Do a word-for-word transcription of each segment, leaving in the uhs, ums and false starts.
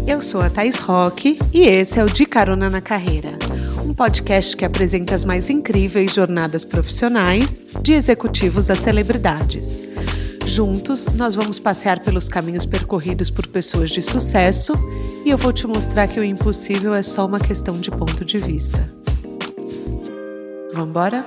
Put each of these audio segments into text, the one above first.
Eu sou a Thaís Roque e esse é o De Carona na Carreira, um podcast que apresenta as mais incríveis jornadas profissionais, de executivos a celebridades. Juntos, nós vamos passear pelos caminhos percorridos por pessoas de sucesso e eu vou te mostrar que o impossível é só uma questão de ponto de vista. Vamos embora?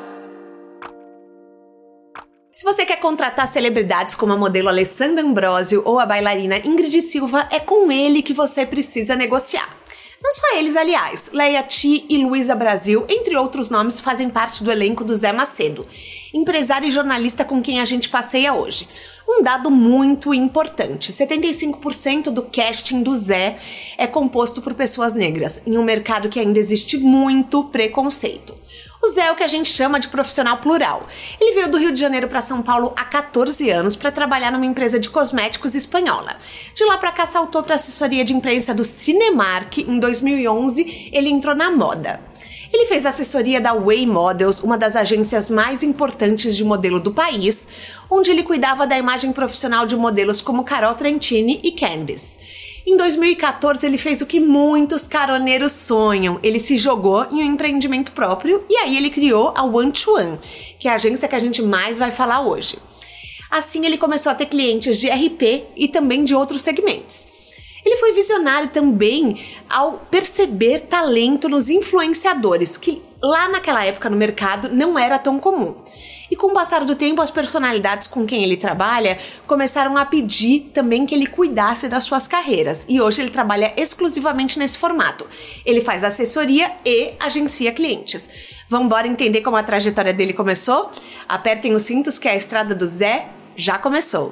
Se você quer contratar celebridades como a modelo Alessandra Ambrosio ou a bailarina Ingrid Silva, é com ele que você precisa negociar. Não só eles, aliás. Leia Ti e Luísa Brasil, entre outros nomes, fazem parte do elenco do Zé Macedo, empresário e jornalista com quem a gente passeia hoje. Um dado muito importante, setenta e cinco por cento do casting do Zé é composto por pessoas negras, em um mercado que ainda existe muito preconceito. O Zé é o que a gente chama de profissional plural. Ele veio do Rio de Janeiro para São Paulo há catorze anos para trabalhar numa empresa de cosméticos espanhola. De lá para cá saltou para a assessoria de imprensa do Cinemark. Em dois mil e onze, ele entrou na moda. Ele fez assessoria da Way Models, uma das agências mais importantes de modelo do país, onde ele cuidava da imagem profissional de modelos como Carol Trentini e Candice. Em dois mil e catorze, ele fez o que muitos caroneiros sonham. Ele se jogou em um empreendimento próprio e aí ele criou a One to One, que é a agência que a gente mais vai falar hoje. Assim, ele começou a ter clientes de R P e também de outros segmentos. Ele foi visionário também ao perceber talento nos influenciadores, que lá naquela época no mercado não era tão comum. E com o passar do tempo, as personalidades com quem ele trabalha começaram a pedir também que ele cuidasse das suas carreiras. E hoje ele trabalha exclusivamente nesse formato. Ele faz assessoria e agencia clientes. Vamos embora entender como a trajetória dele começou? Apertem os cintos que a estrada do Zé já começou.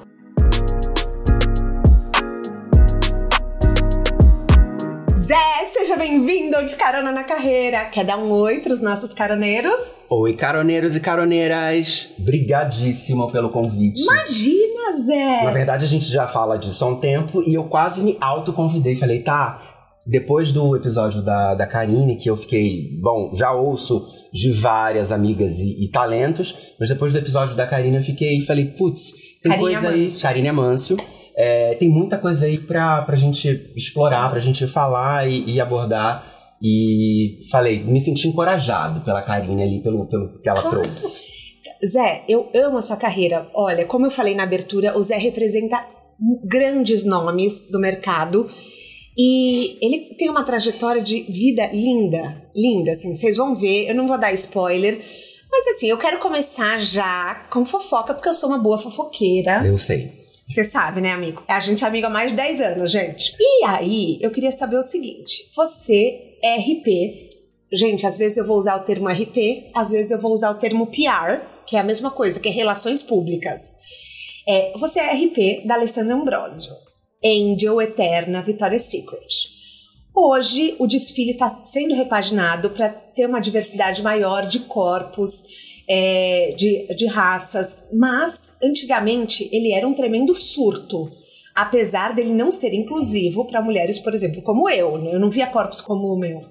Zé, seja bem-vindo ao De Carona na Carreira. Quer dar um oi para os nossos caroneiros? Oi, caroneiros e caroneiras. Brigadíssimo pelo convite. Imagina, Zé! Na verdade, a gente já fala disso há um tempo e eu quase me autoconvidei. Falei, tá, depois do episódio da, da Karine, que eu fiquei, bom, já ouço de várias amigas e, e talentos, mas depois do episódio da Karine eu fiquei, falei, putz, tem Karine coisa Amâncio. aí, Karine Amâncio. É, tem muita coisa aí pra, pra gente explorar, pra gente falar e, e abordar. E falei, me senti encorajado pela Karine ali, pelo, pelo que ela claro. trouxe. Zé, eu amo a sua carreira. Olha, como eu falei na abertura, o Zé representa grandes nomes do mercado. E ele tem uma trajetória de vida linda, linda, assim, vocês vão ver, eu não vou dar spoiler. Mas assim, eu quero começar já com fofoca, porque eu sou uma boa fofoqueira. Eu sei. Você sabe, né, amigo? A gente é amiga há mais de dez anos, gente. E aí, eu queria saber o seguinte. Você é R P. Gente, às vezes eu vou usar o termo R P, às vezes eu vou usar o termo P R, que é a mesma coisa, que é Relações Públicas. É, você é R P da Alessandra Ambrosio, Angel, Eterna, Victoria's Secret. Hoje, o desfile está sendo repaginado para ter uma diversidade maior de corpos, É, de, de raças, mas antigamente ele era um tremendo surto, apesar dele não ser inclusivo para mulheres, por exemplo, como eu. Eu não via corpos como o meu.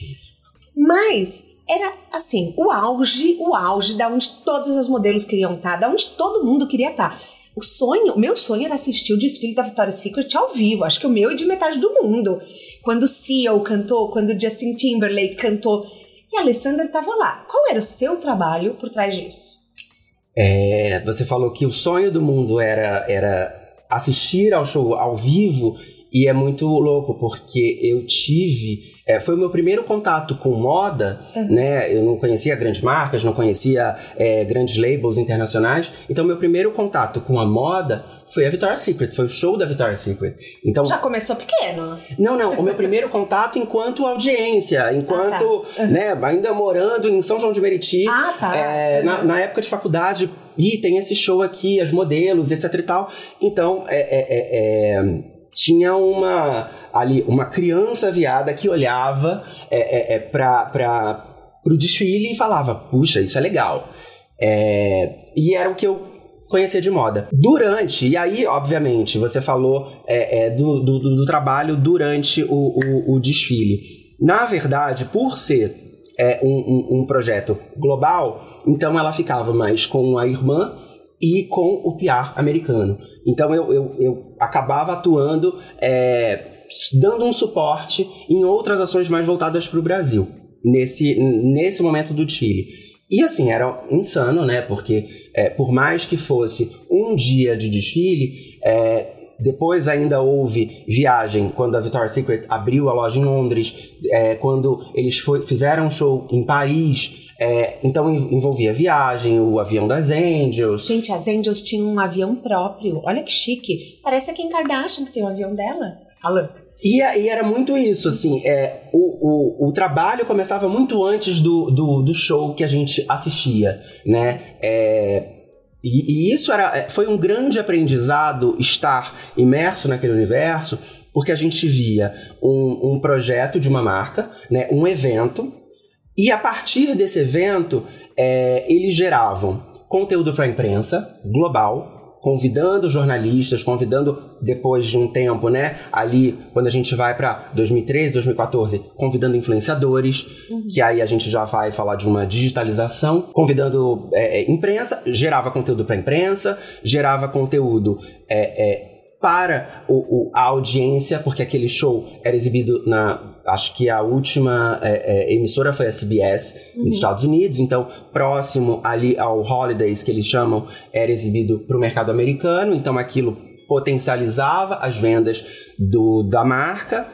Mas era assim, o auge, o auge da onde todas as modelos queriam estar, da onde todo mundo queria estar. O sonho, o meu sonho era assistir o desfile da Victoria's Secret ao vivo, acho que o meu e de metade do mundo. Quando o C E O cantou, quando o Justin Timberlake cantou. E a Alessandra estava lá. Qual era o seu trabalho por trás disso? É, você falou que o sonho do mundo era, era assistir ao show ao vivo, e é muito louco, porque eu tive... É, foi o meu primeiro contato com moda, uhum. né? Eu não conhecia grandes marcas, não conhecia é, grandes labels internacionais. Então, meu primeiro contato com a moda foi a Victoria's Secret, foi o show da Victoria's Secret. Então, já começou pequeno? Não, não. O meu primeiro contato enquanto audiência, enquanto, ah, tá. uhum. né, ainda morando em São João de Meriti. Ah, tá. É, uhum. na, na época de faculdade, e tem esse show aqui, as modelos, etc e tal. Então, é... é, é, é tinha uma, ali, uma criança viada que olhava é, é, é, para o desfile e falava, puxa, isso é legal. É, e era o que eu conhecia de moda. Durante, e aí, obviamente, você falou é, é, do, do, do trabalho durante o, o, o desfile. Na verdade, por ser é, um, um, um projeto global, então ela ficava mais com a irmã e com o P R americano. Então eu, eu, eu acabava atuando é, dando um suporte em outras ações mais voltadas para o Brasil, nesse, nesse momento do desfile. E assim, era insano, né? Porque é, por mais que fosse um dia de desfile, é, depois ainda houve viagem, quando a Victoria's Secret abriu a loja em Londres, é, quando eles foi, fizeram um show em Paris. É, então envolvia viagem, o avião das Angels. Gente, as Angels tinham um avião próprio. Olha que chique. Parece a Kim Kardashian que tem um avião dela. Alô? E, e era muito isso, assim, é, o, o, o trabalho começava muito antes do, do, do show que a gente assistia, né? É, e, e isso era, foi um grande aprendizado estar imerso naquele universo, porque a gente via um, um projeto de uma marca, né, um evento. E a partir desse evento, é, eles geravam conteúdo para a imprensa global, convidando jornalistas, convidando, depois de um tempo, né, ali, quando a gente vai para dois mil e treze, dois mil e quatorze, convidando influenciadores, uhum. que aí a gente já vai falar de uma digitalização, convidando é, é, imprensa, gerava conteúdo para a imprensa, gerava conteúdo é, é, para o, o, a audiência, porque aquele show era exibido na... Acho que a última é, é, emissora foi a C B S, uhum. nos Estados Unidos. Então, próximo ali ao Holidays, que eles chamam, era exibido para o mercado americano. Então, aquilo potencializava as vendas do, da marca.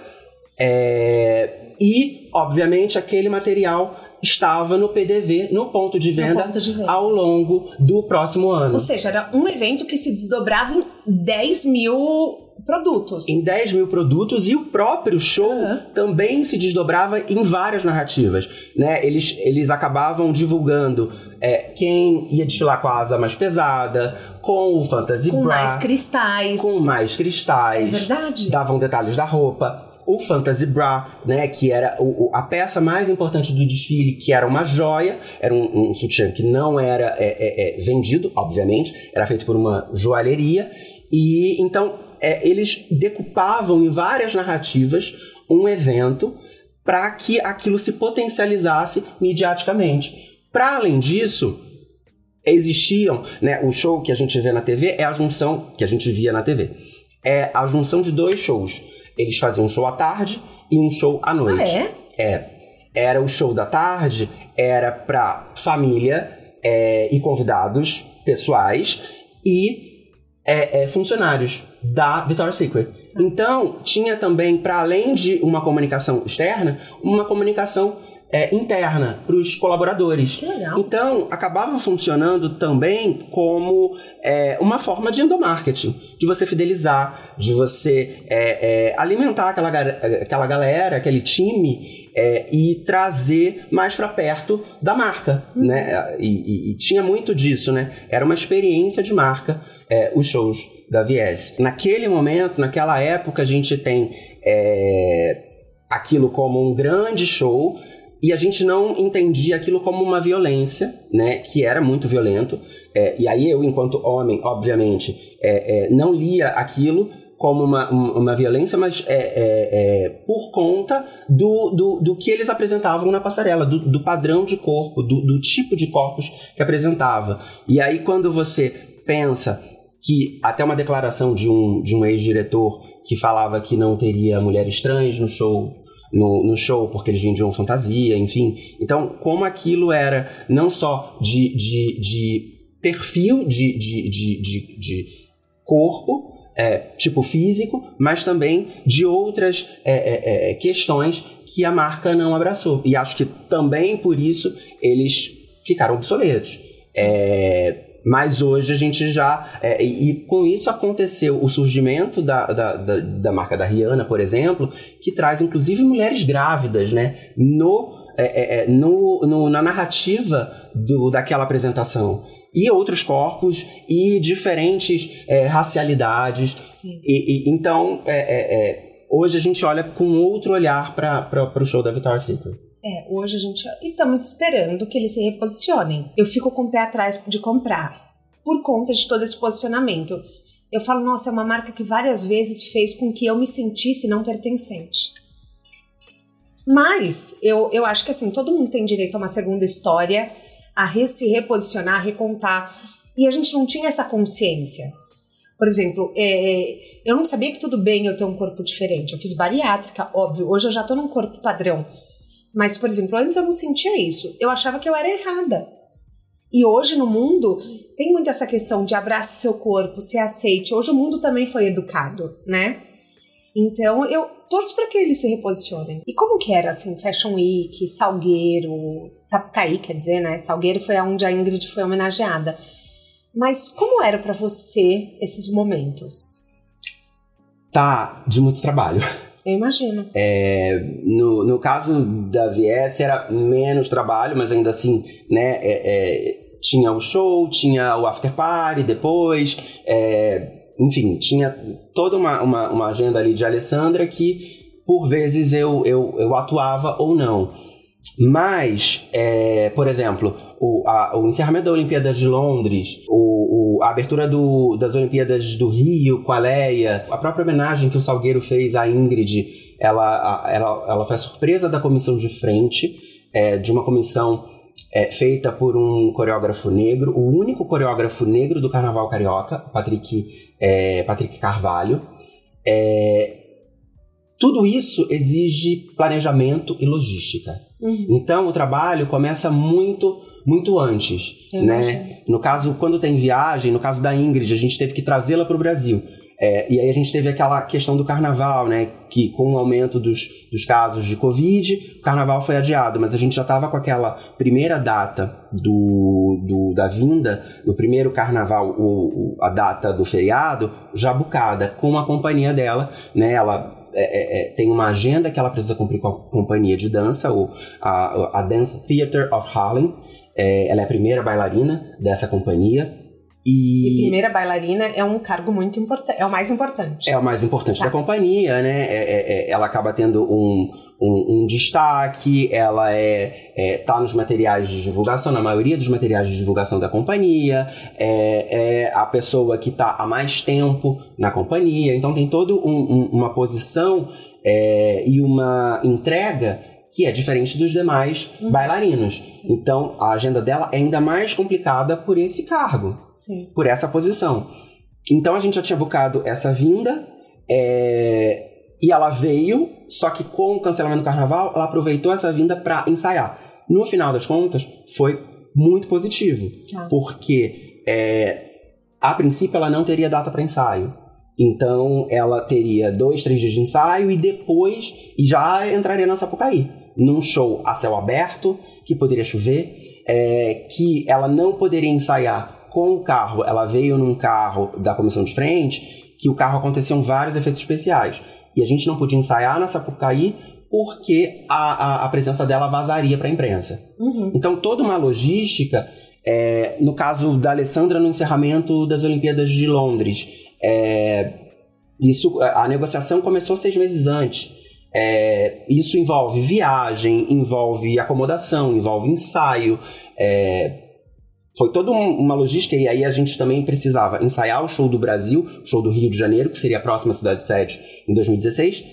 É, e, obviamente, aquele material estava no P D V, no ponto de venda, ponto de venda, ao longo do próximo ano. Ou seja, era um evento que se desdobrava em dez mil... produtos. Em dez mil produtos, e o próprio show uhum. também se desdobrava em várias narrativas, né? Eles, eles acabavam divulgando é, quem ia desfilar com a asa mais pesada, com o Fantasy com Bra. Com mais cristais. Com mais cristais. É verdade. Davam detalhes da roupa. O Fantasy Bra, né, que era o, o, a peça mais importante do desfile, que era uma joia, era um, um sutiã que não era é, é, é, vendido, obviamente, era feito por uma joalheria, e então... É, eles decupavam em várias narrativas um evento para que aquilo se potencializasse midiaticamente. Para além disso, existiam, né, o show que a gente vê na T V é a junção, que a gente via na T V, é a junção de dois shows. Eles faziam um show à tarde e um show à noite. Ah, é? É. Era o show da tarde, era para família é, e convidados pessoais e É, é, funcionários da Victoria's Secret. Então, tinha também, para além de uma comunicação externa, uma comunicação é, interna para os colaboradores. Que legal. Então, acabava funcionando também como é, uma forma de endomarketing, de você fidelizar, de você é, é, alimentar aquela, aquela galera, aquele time, é, e trazer mais para perto da marca. Uhum. Né? E, e, e tinha muito disso, né? Era uma experiência de marca. É, os shows da V S. Naquele momento, naquela época, a gente tem é, aquilo como um grande show e a gente não entendia aquilo como uma violência, né, que era muito violento. É, e aí eu, enquanto homem, obviamente, é, é, não lia aquilo como uma, uma violência, mas é, é, é, por conta do, do, do que eles apresentavam na passarela, do, do padrão de corpo, do, do tipo de corpos que apresentava. E aí, quando você pensa que até uma declaração de um, de um ex-diretor que falava que não teria mulheres trans no show, no, no show porque eles vendiam fantasia, enfim. Então, como aquilo era não só de, de, de perfil de, de, de, de, de corpo, é, tipo físico, mas também de outras é, é, questões que a marca não abraçou. E acho que também por isso eles ficaram obsoletos. É... Mas hoje a gente já... É, e, e com isso aconteceu o surgimento da, da, da, da marca da Rihanna, por exemplo, que traz inclusive mulheres grávidas, né, no, é, é, no, no, na narrativa do, daquela apresentação. E outros corpos e diferentes é, racialidades. Sim. E, e, então, é, é, é, hoje a gente olha com outro olhar para o show da Victoria's Secret. É, hoje a gente... estamos esperando que eles se reposicionem. Eu fico com o pé atrás de comprar, por conta de todo esse posicionamento. Eu falo, nossa, é uma marca que várias vezes fez com que eu me sentisse não pertencente. Mas, eu, eu acho que assim, todo mundo tem direito a uma segunda história, a re, se reposicionar, a recontar. E a gente não tinha essa consciência. Por exemplo, é, eu não sabia que tudo bem eu ter um corpo diferente. Eu fiz bariátrica, óbvio. Hoje eu já tô num corpo padrão. Mas, por exemplo, antes eu não sentia isso. Eu achava que eu era errada. E hoje no mundo tem muito essa questão de abraçar seu corpo, se aceite. Hoje o mundo também foi educado, né? Então eu torço para que eles se reposicionem. E como que era, assim, Fashion Week, Salgueiro, Sapucaí, quer dizer, né? Salgueiro foi onde a Ingrid foi homenageada. Mas como era para você esses momentos? Tá, de muito trabalho. Eu imagino. É, no, no caso da V S era menos trabalho, mas ainda assim, né, é, é, tinha o show, tinha o after party depois, é, enfim, tinha toda uma, uma, uma agenda ali de Alessandra que, por vezes, eu, eu, eu atuava ou não. Mas, é, por exemplo, o, a, o encerramento da Olimpíada de Londres, o, o, a abertura do, das Olimpíadas do Rio com a Leia, a própria homenagem que o Salgueiro fez à Ingrid, ela, ela, ela foi a surpresa da comissão de frente, é, de uma comissão é, feita por um coreógrafo negro, o único coreógrafo negro do Carnaval Carioca, Patrick, é, Patrick Carvalho. É, tudo isso exige planejamento e logística. Uhum. Então, o trabalho começa muito, muito antes, Eu né? Imagino. No caso, quando tem viagem, no caso da Ingrid, a gente teve que trazê-la para o Brasil. É, e aí a gente teve aquela questão do carnaval, né? Que com o aumento dos, dos casos de Covid, o carnaval foi adiado, mas a gente já estava com aquela primeira data do, do, da vinda, no primeiro carnaval, o, o, a data do feriado, já bucada, com a companhia dela, né? Ela é, é, tem uma agenda que ela precisa cumprir com a companhia de dança, o, a, a Dance Theatre of Harlem. É, ela é a primeira bailarina dessa companhia. E, e primeira bailarina é um cargo muito importante, é o mais importante. É o mais importante tá. da companhia, né? É, é, é, ela acaba tendo um, um, um destaque, ela é, é, tá nos materiais de divulgação, na maioria dos materiais de divulgação da companhia, é, é a pessoa que está há mais tempo na companhia, então tem toda um, um, uma posição é, e uma entrega que é diferente dos demais uhum. bailarinos. Sim. Então, a agenda dela é ainda mais complicada por esse cargo, Sim. por essa posição. Então, a gente já tinha bucado essa vinda, é... e ela veio, só que com o cancelamento do carnaval, ela aproveitou essa vinda para ensaiar. No final das contas, foi muito positivo, ah. porque, é... a princípio, ela não teria data para ensaio. Então, ela teria dois, três dias de ensaio e depois e já entraria na Sapucaí. Num show a céu aberto, que poderia chover, é, que ela não poderia ensaiar com o carro. Ela veio num carro da comissão de frente, que o carro aconteciam vários efeitos especiais. E a gente não podia ensaiar na Sapucaí porque a, a, a presença dela vazaria para a imprensa. Uhum. Então, toda uma logística, é, no caso da Alessandra, no encerramento das Olimpíadas de Londres, é, isso, a negociação começou seis meses antes. É, isso envolve viagem, envolve acomodação, envolve ensaio. É, foi toda um, uma logística, e aí a gente também precisava ensaiar o show do Brasil, o show do Rio de Janeiro, que seria a próxima cidade-sede em dois mil e dezesseis,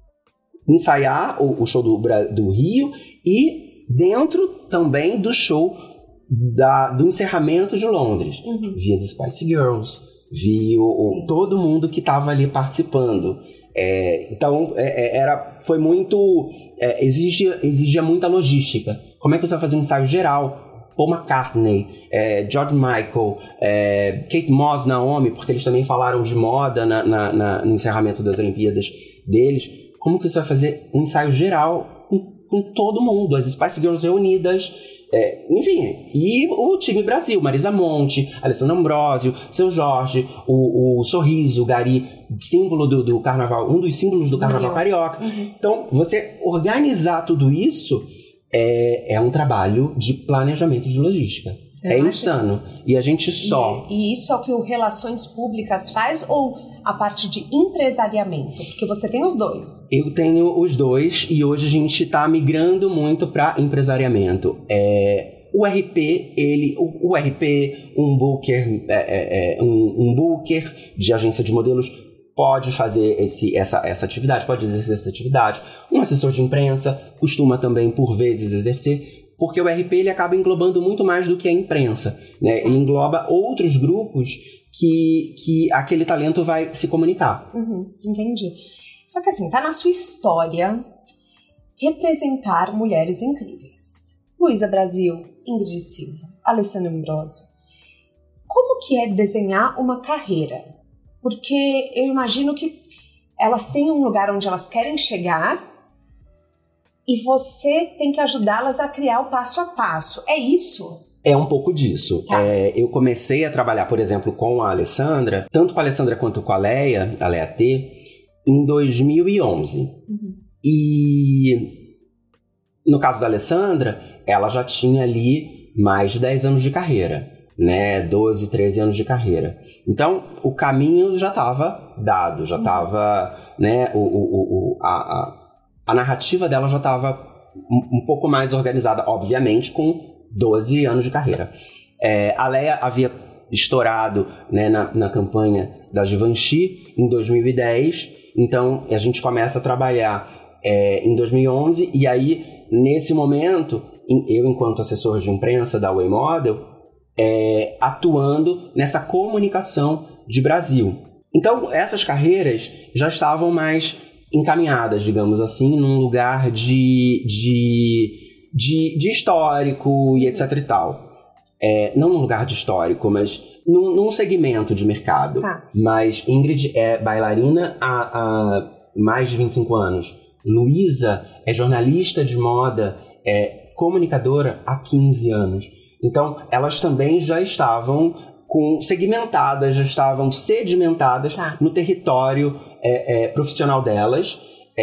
ensaiar o, o show do, do Rio e dentro também do show da, do encerramento de Londres. Uhum. Vi as Spice Girls, vi o, o, todo mundo que estava ali participando. É, então, é, era, foi muito... É, exigia, exigia muita logística. Como é que você vai fazer um ensaio geral? Paul McCartney, é, George Michael, é, Kate Moss, Naomi, porque eles também falaram de moda na, na, na, no encerramento das Olimpíadas deles. Como que você vai fazer um ensaio geral com, com todo mundo? As Spice Girls reunidas... É, enfim, e o time Brasil, Marisa Monte, Alessandra Ambrosio, Seu Jorge, o, o Sorriso, o Gari, símbolo do, do carnaval, um dos símbolos do carnaval Rio. Carioca. Uhum. Então, você organizar tudo isso é, é um trabalho de planejamento de logística. Eu é insano. E a gente só... E, e isso é o que o Relações Públicas faz ou a parte de empresariamento? Porque você tem os dois. Eu tenho os dois e hoje a gente está migrando muito para empresariamento. É, o R P, ele, o, o R P, um booker, é, é, um, um booker de agência de modelos pode fazer esse, essa, essa atividade, pode exercer essa atividade. Um assessor de imprensa costuma também, por vezes, exercer. porque o R P ele acaba englobando muito mais do que a imprensa, né? Ele engloba outros grupos que, que aquele talento vai se comunicar. Uhum, entendi. Só que assim, tá na sua história representar mulheres incríveis. Luísa Brasil, Ingrid Silva, Alessandra Ambrosio. Como que é desenhar uma carreira? Porque eu imagino que elas têm um lugar onde elas querem chegar e você tem que ajudá-las a criar o passo a passo. É isso? É um pouco disso. Tá. É, eu comecei a trabalhar, por exemplo, com a Alessandra, tanto com a Alessandra quanto com a Leia, a Leia T, em dois mil e onze. Uhum. E no caso da Alessandra, ela já tinha ali mais de dez anos de carreira, né? doze, treze anos de carreira. Então, o caminho já estava dado, já estava, uhum. né? O, o, o, a, a, a narrativa dela já estava um, um pouco mais organizada, obviamente, com doze anos de carreira. É, a Leia havia estourado, né, na, na campanha da Givenchy em dois mil e dez, então a gente começa a trabalhar é, em dois mil e onze, e aí, nesse momento, eu, enquanto assessor de imprensa da Way Model, é, atuando nessa comunicação de Brasil. Então, essas carreiras já estavam mais encaminhadas, digamos assim, num lugar de, de, de, de histórico e etc e tal. É, não num lugar de histórico, mas num, num segmento de mercado. Tá. Mas Ingrid é bailarina há, há mais de vinte e cinco anos. Luísa é jornalista de moda, é comunicadora há quinze anos. Então, elas também já estavam com, segmentadas, já estavam sedimentadas tá. no território é, é, profissional delas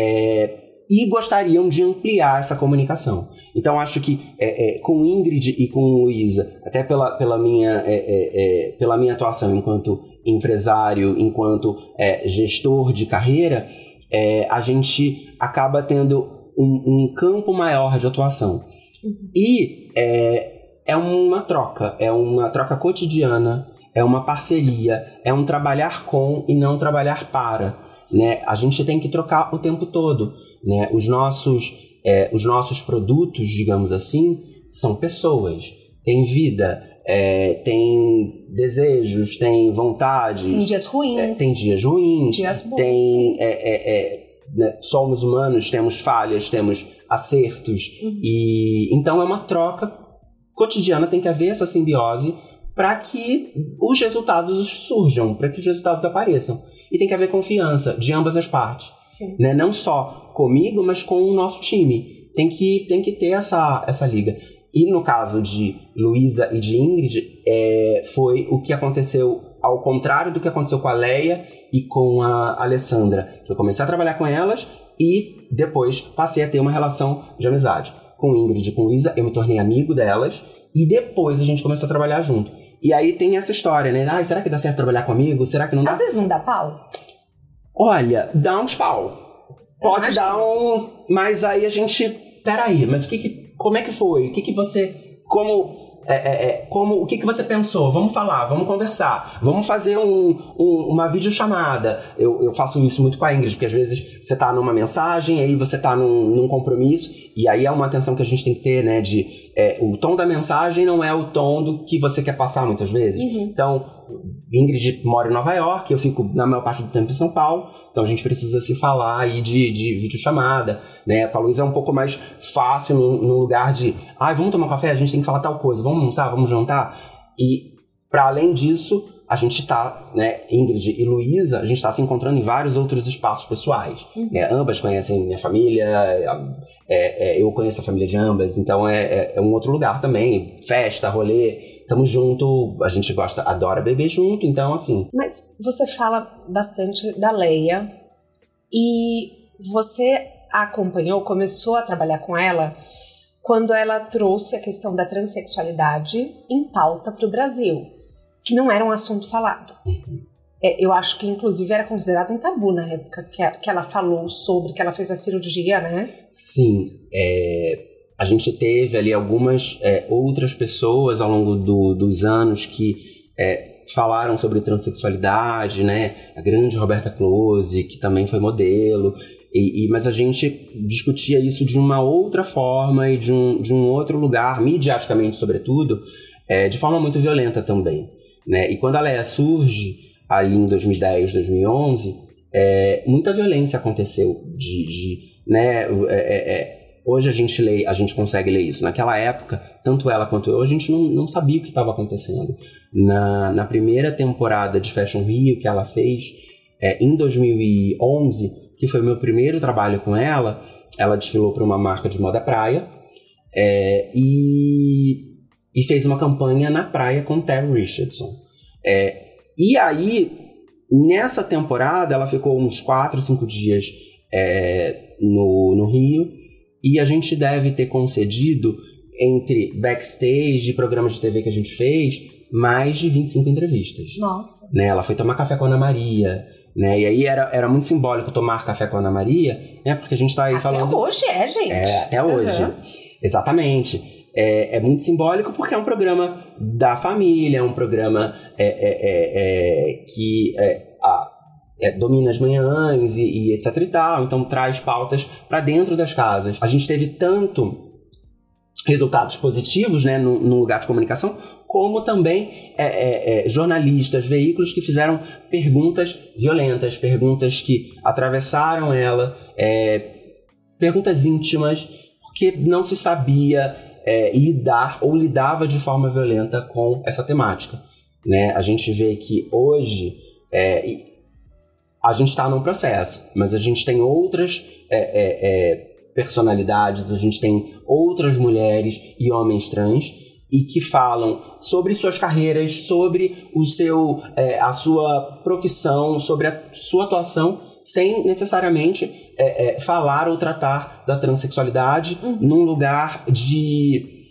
é, e gostariam de ampliar essa comunicação. Então, acho que é, é, com Ingrid e com Luísa, até pela, pela, minha, é, é, é, pela minha atuação enquanto empresário, enquanto é, gestor de carreira, é, a gente acaba tendo um, um campo maior de atuação. Uhum. E é, é uma troca, é uma troca cotidiana, é uma parceria, é um trabalhar com e não trabalhar para. Né? A gente tem que trocar o tempo todo. Né? Os nossos, é, os nossos produtos, digamos assim, são pessoas, têm vida, é, têm desejos, têm vontades. Tem dias ruins. É, tem dias ruins. Dias bons. Tem, é, é, é, né? Somos humanos, temos falhas, temos acertos. Uhum. E, então é uma troca cotidiana, tem que haver essa simbiose para que os resultados surjam, para que os resultados apareçam. E tem que haver confiança de ambas as partes. Sim. Né? Não só comigo, mas com o nosso time. Tem que, tem que ter essa, essa liga. E no caso de Luísa e de Ingrid, é, foi o que aconteceu ao contrário do que aconteceu com a Leia e com a Alessandra. Que eu comecei a trabalhar com elas e depois passei a ter uma relação de amizade. Com Ingrid e com Luísa, eu me tornei amigo delas e depois a gente começou a trabalhar junto. E aí tem essa história, né? Ah, será que dá certo trabalhar comigo? Será que não dá? Às vezes não dá pau? Olha, dá uns pau. Pode dar um... Mas aí a gente... Peraí, mas o que que... Como é que foi? O que que você... Como... É, é, é, como, o que, que você pensou? Vamos falar, vamos conversar, vamos fazer um, um, uma videochamada. Eu, eu faço isso muito com a Ingrid, porque às vezes você tá numa mensagem, aí você tá num, num compromisso, e aí é uma atenção que a gente tem que ter, né? De é, o tom da mensagem não é o tom do que você quer passar muitas vezes. Uhum. Então, Ingrid mora em Nova York, eu fico na maior parte do tempo em São Paulo. Então a gente precisa se falar aí de, de videochamada, né? Com a Luísa é um pouco mais fácil no, no lugar de ai, ah, vamos tomar café, a gente tem que falar tal coisa, vamos almoçar, vamos jantar. E para além disso, a gente tá, né, Ingrid e Luísa, a gente tá se encontrando em vários outros espaços pessoais. Uhum. Né? Ambas conhecem minha família, é, é, eu conheço a família de ambas, então é, é, é um outro lugar também. Festa, rolê. Estamos junto, a gente gosta, adora beber junto, então assim... Mas você fala bastante da Leia e você a acompanhou, começou a trabalhar com ela quando ela trouxe a questão da transexualidade em pauta para o Brasil, que não era um assunto falado. Uhum. É, eu acho que inclusive era considerado um tabu na época que, a, que ela falou sobre, que ela fez a cirurgia, né? Sim, é... A gente teve ali algumas é, outras pessoas ao longo do, dos anos que é, falaram sobre transexualidade, né? A grande Roberta Close, que também foi modelo. E, e, mas a gente discutia isso de uma outra forma e de um, de um outro lugar, midiaticamente sobretudo, é, de forma muito violenta também, né? E quando a Leia surge, ali em dois mil e dez, dois mil e onze, é, muita violência aconteceu. De, de, né, é, é, hoje a gente, lê, a gente consegue ler isso. Naquela época, tanto ela quanto eu, a gente não, não sabia o que estava acontecendo. Na, na primeira temporada de Fashion Rio que ela fez, é, em dois mil e onze... que foi o meu primeiro trabalho com ela, ela desfilou para uma marca de moda praia, é, e, e fez uma campanha na praia com Terry Richardson. É, e aí, nessa temporada, ela ficou uns quatro, cinco dias é, no, no Rio, e a gente deve ter concedido, entre backstage e programas de T V que a gente fez, mais de vinte e cinco entrevistas. Nossa! Né, ela foi tomar café com a Ana Maria... Né? E aí era, era muito simbólico tomar café com a Ana Maria, né? Porque a gente tá aí até falando... Até hoje é, gente. É, até hoje. Uhum. Exatamente. É, é muito simbólico porque é um programa da família, é um programa é, é, é, é, que é, a, é, domina as manhãs e, e etc e tal. Então traz pautas para dentro das casas. A gente teve tanto resultados positivos, né, no, no lugar de comunicação, como também é, é, é, jornalistas, veículos que fizeram perguntas violentas, perguntas que atravessaram ela, é, perguntas íntimas, porque não se sabia é, lidar ou lidava de forma violenta com essa temática. Né? A gente vê que hoje é, a gente está num processo, mas a gente tem outras é, é, é, personalidades, a gente tem outras mulheres e homens trans e que falam sobre suas carreiras, sobre o seu, é, a sua profissão, sobre a sua atuação, sem necessariamente é, é, falar ou tratar da transexualidade uhum. num lugar de,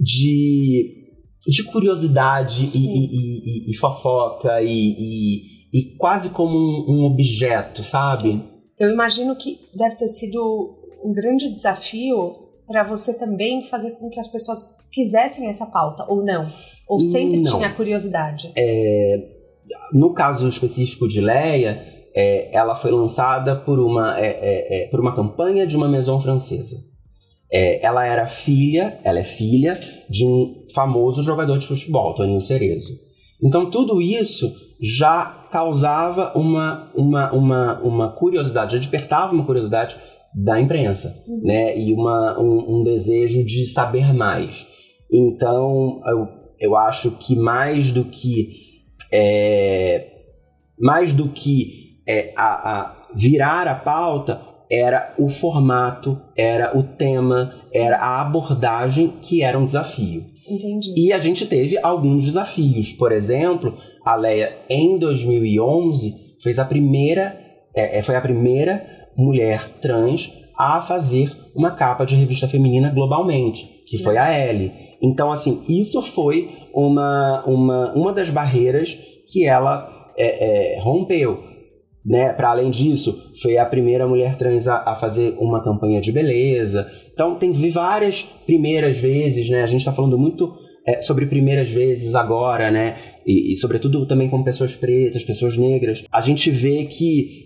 de, de curiosidade e, e, e, e fofoca e, e, e quase como um, um objeto, sabe? Sim. Eu imagino que deve ter sido um grande desafio para você também fazer com que as pessoas quisessem essa pauta, ou não? Ou sempre não. tinha curiosidade? É, no caso específico de Leia, é, ela foi lançada por uma, é, é, é, por uma campanha de uma maison francesa. É, ela era filha, ela é filha de um famoso jogador de futebol, Toninho Cerezo. Então tudo isso já causava uma, uma, uma, uma curiosidade, já despertava uma curiosidade da imprensa, uhum. né? E uma, um, um desejo de saber mais. Então, eu, eu acho que mais do que é, mais do que é, a, a virar a pauta, era o formato, era o tema, era a abordagem que era um desafio. Entendi. E a gente teve alguns desafios. Por exemplo, a Leia, em dois mil e onze, fez a primeira, é, foi a primeira mulher trans a fazer uma capa de revista feminina globalmente, que foi a Elle. Então, assim, isso foi uma, uma, uma das barreiras que ela é, é, rompeu. Né? Para além disso, foi a primeira mulher trans a, a fazer uma campanha de beleza. Então, tem várias primeiras vezes, né? A gente está falando muito é, sobre primeiras vezes agora, né? E, e, sobretudo, também com pessoas pretas, pessoas negras. A gente vê que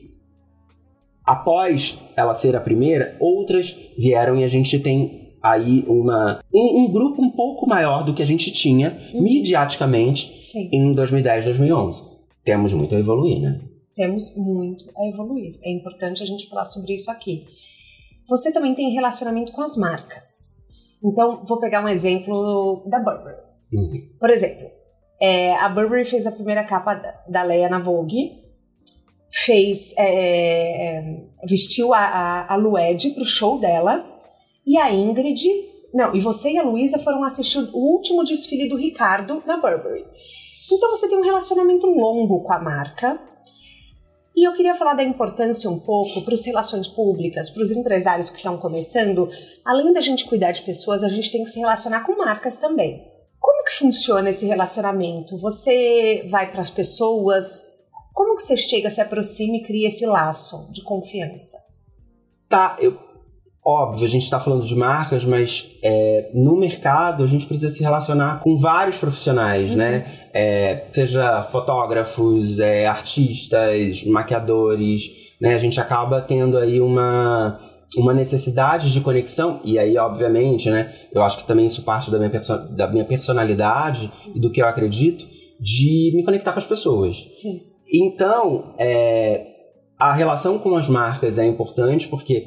após ela ser a primeira, outras vieram e a gente tem aí uma, um, um grupo um pouco maior do que a gente tinha uhum. midiaticamente Sim. em dois mil e dez, dois mil e onze. Temos muito a evoluir, né? Temos muito a evoluir. É importante a gente falar sobre isso aqui. Você também tem relacionamento com as marcas. Então, vou pegar um exemplo da Burberry. Uhum. Por exemplo, é, a Burberry fez a primeira capa da, da Leia na Vogue, fez, é, vestiu a, a, a Lued pro show dela, e a Ingrid, não, e você e a Luísa foram assistir o último desfile do Ricardo na Burberry. Então você tem um relacionamento longo com a marca, e eu queria falar da importância um pouco para as relações públicas, para os empresários que estão começando. Além da gente cuidar de pessoas, a gente tem que se relacionar com marcas também. Como que funciona esse relacionamento? Você vai para as pessoas? Como que você chega, se aproxima e cria esse laço de confiança? Tá, eu, óbvio, a gente está falando de marcas, mas é, no mercado a gente precisa se relacionar com vários profissionais, uhum. né? É, seja fotógrafos, é, artistas, maquiadores, né? A gente acaba tendo aí uma, uma necessidade de conexão, e aí, obviamente, né? Eu acho que também isso parte da minha, perso- da minha personalidade e do que eu acredito, de me conectar com as pessoas. Sim. Então, é, a relação com as marcas é importante porque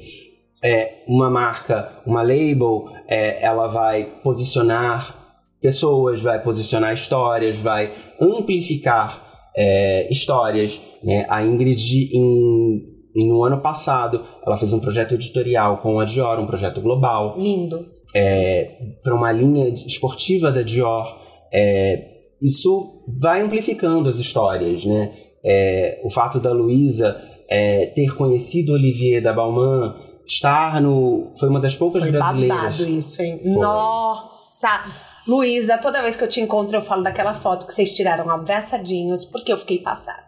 é, uma marca, uma label, é, ela vai posicionar pessoas, vai posicionar histórias, vai amplificar é, histórias, né? A Ingrid, em, em, no ano passado, ela fez um projeto editorial com a Dior, um projeto global. Lindo. É, para uma linha esportiva da Dior. É, isso vai amplificando as histórias, né? É, o fato da Luísa é, ter conhecido Olivier da Balmain, estar no... Foi uma das poucas Foi brasileiras. Foi babado isso, hein? Foi. Nossa! Luísa, toda vez que eu te encontro, eu falo daquela foto que vocês tiraram abraçadinhos, porque eu fiquei passada.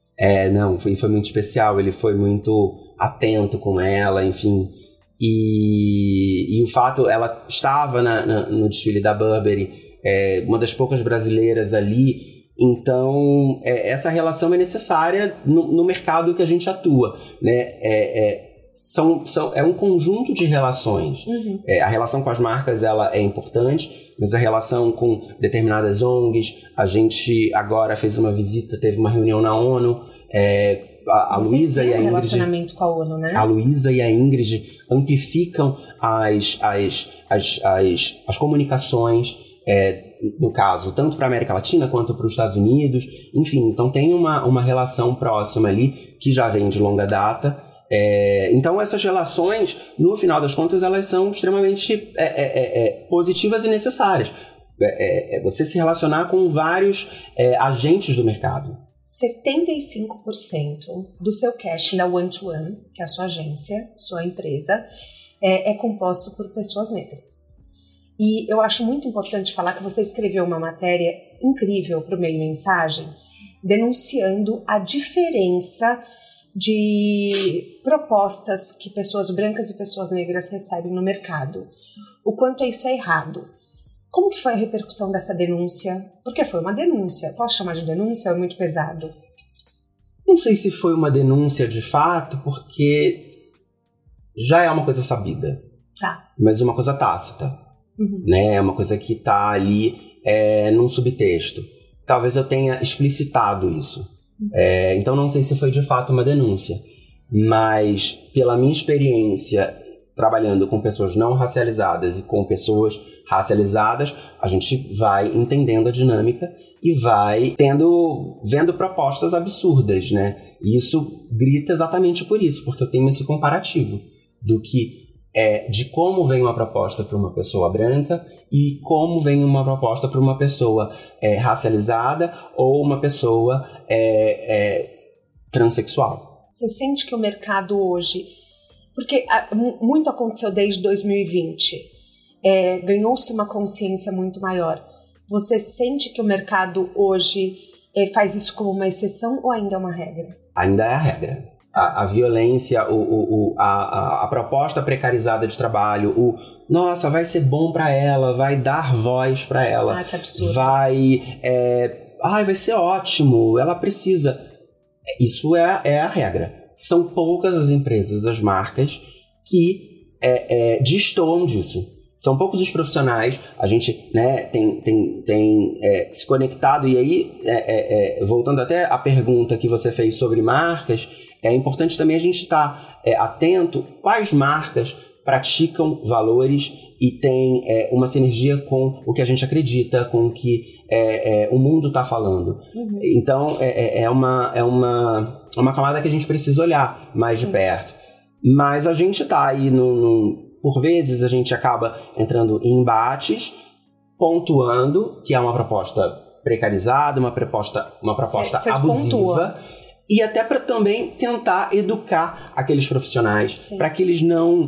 É, não, foi, foi muito especial. Ele foi muito atento com ela, enfim. E, e o fato... Ela estava na, na, no desfile da Burberry, é, uma das poucas brasileiras ali. Então, é, essa relação é necessária no, no mercado que a gente atua, né? É, é, são, são, é um conjunto de relações. Uhum. É, a relação com as marcas ela é importante, mas a relação com determinadas O N Gs, a gente agora fez uma visita, teve uma reunião na ONU, é, a, a Luísa e a um Ingrid... relacionamento com a ONU, né? A Luísa e a Ingrid amplificam as, as, as, as, as comunicações, é, no caso, tanto para a América Latina quanto para os Estados Unidos, enfim, então tem uma, uma relação próxima ali que já vem de longa data. É, então essas relações, no final das contas, elas são extremamente é, é, é, positivas e necessárias. É, é, você se relacionar com vários é, agentes do mercado. setenta e cinco por cento do seu cash na One to One, que é a sua agência, sua empresa, é, é composto por pessoas negras. E eu acho muito importante falar que você escreveu uma matéria incrível para o Meio Mensagem, denunciando a diferença de propostas que pessoas brancas e pessoas negras recebem no mercado. O quanto isso é errado. Como que foi a repercussão dessa denúncia? Porque foi uma denúncia. Posso chamar de denúncia ou é muito pesado? Não sei se foi uma denúncia de fato, porque já é uma coisa sabida. Tá. Mas uma coisa tácita. Uhum. Né? É uma coisa que está ali é, num subtexto. Talvez eu tenha explicitado isso. Uhum. É, então não sei se foi de fato uma denúncia. Mas pela minha experiência trabalhando com pessoas não racializadas e com pessoas racializadas, a gente vai entendendo a dinâmica e vai tendo, vendo propostas absurdas, né? E isso grita exatamente por isso, porque eu tenho esse comparativo do que é de como vem uma proposta para uma pessoa branca e como vem uma proposta para uma pessoa é, racializada ou uma pessoa é, é, transexual. Você sente que o mercado hoje... Porque a, muito aconteceu desde dois mil e vinte. É, ganhou-se uma consciência muito maior. Você sente que o mercado hoje é, faz isso como uma exceção ou ainda é uma regra? Ainda é a regra. A, a violência, o, o, o, a, a proposta precarizada de trabalho, o nossa, vai ser bom para ela, vai dar voz para ela, ah, que absurdo. vai, é, ai, vai ser ótimo, ela precisa. Isso é, é a regra. São poucas as empresas, as marcas, que é, é, destoam disso. São poucos os profissionais, a gente, né, tem, tem, tem é, se conectado, e aí, é, é, voltando até à pergunta que você fez sobre marcas, é importante também a gente estar é, atento quais marcas praticam valores e tem é, uma sinergia com o que a gente acredita, com o que é, é, o mundo está falando. Uhum. Então, é, é, uma, é uma, uma camada que a gente precisa olhar mais Sim. de perto. Mas a gente está aí, no, no, por vezes, a gente acaba entrando em embates, pontuando que é uma proposta precarizada, uma proposta, uma proposta cê, cê abusiva. Pontua. E até para também tentar educar aqueles profissionais, para que eles não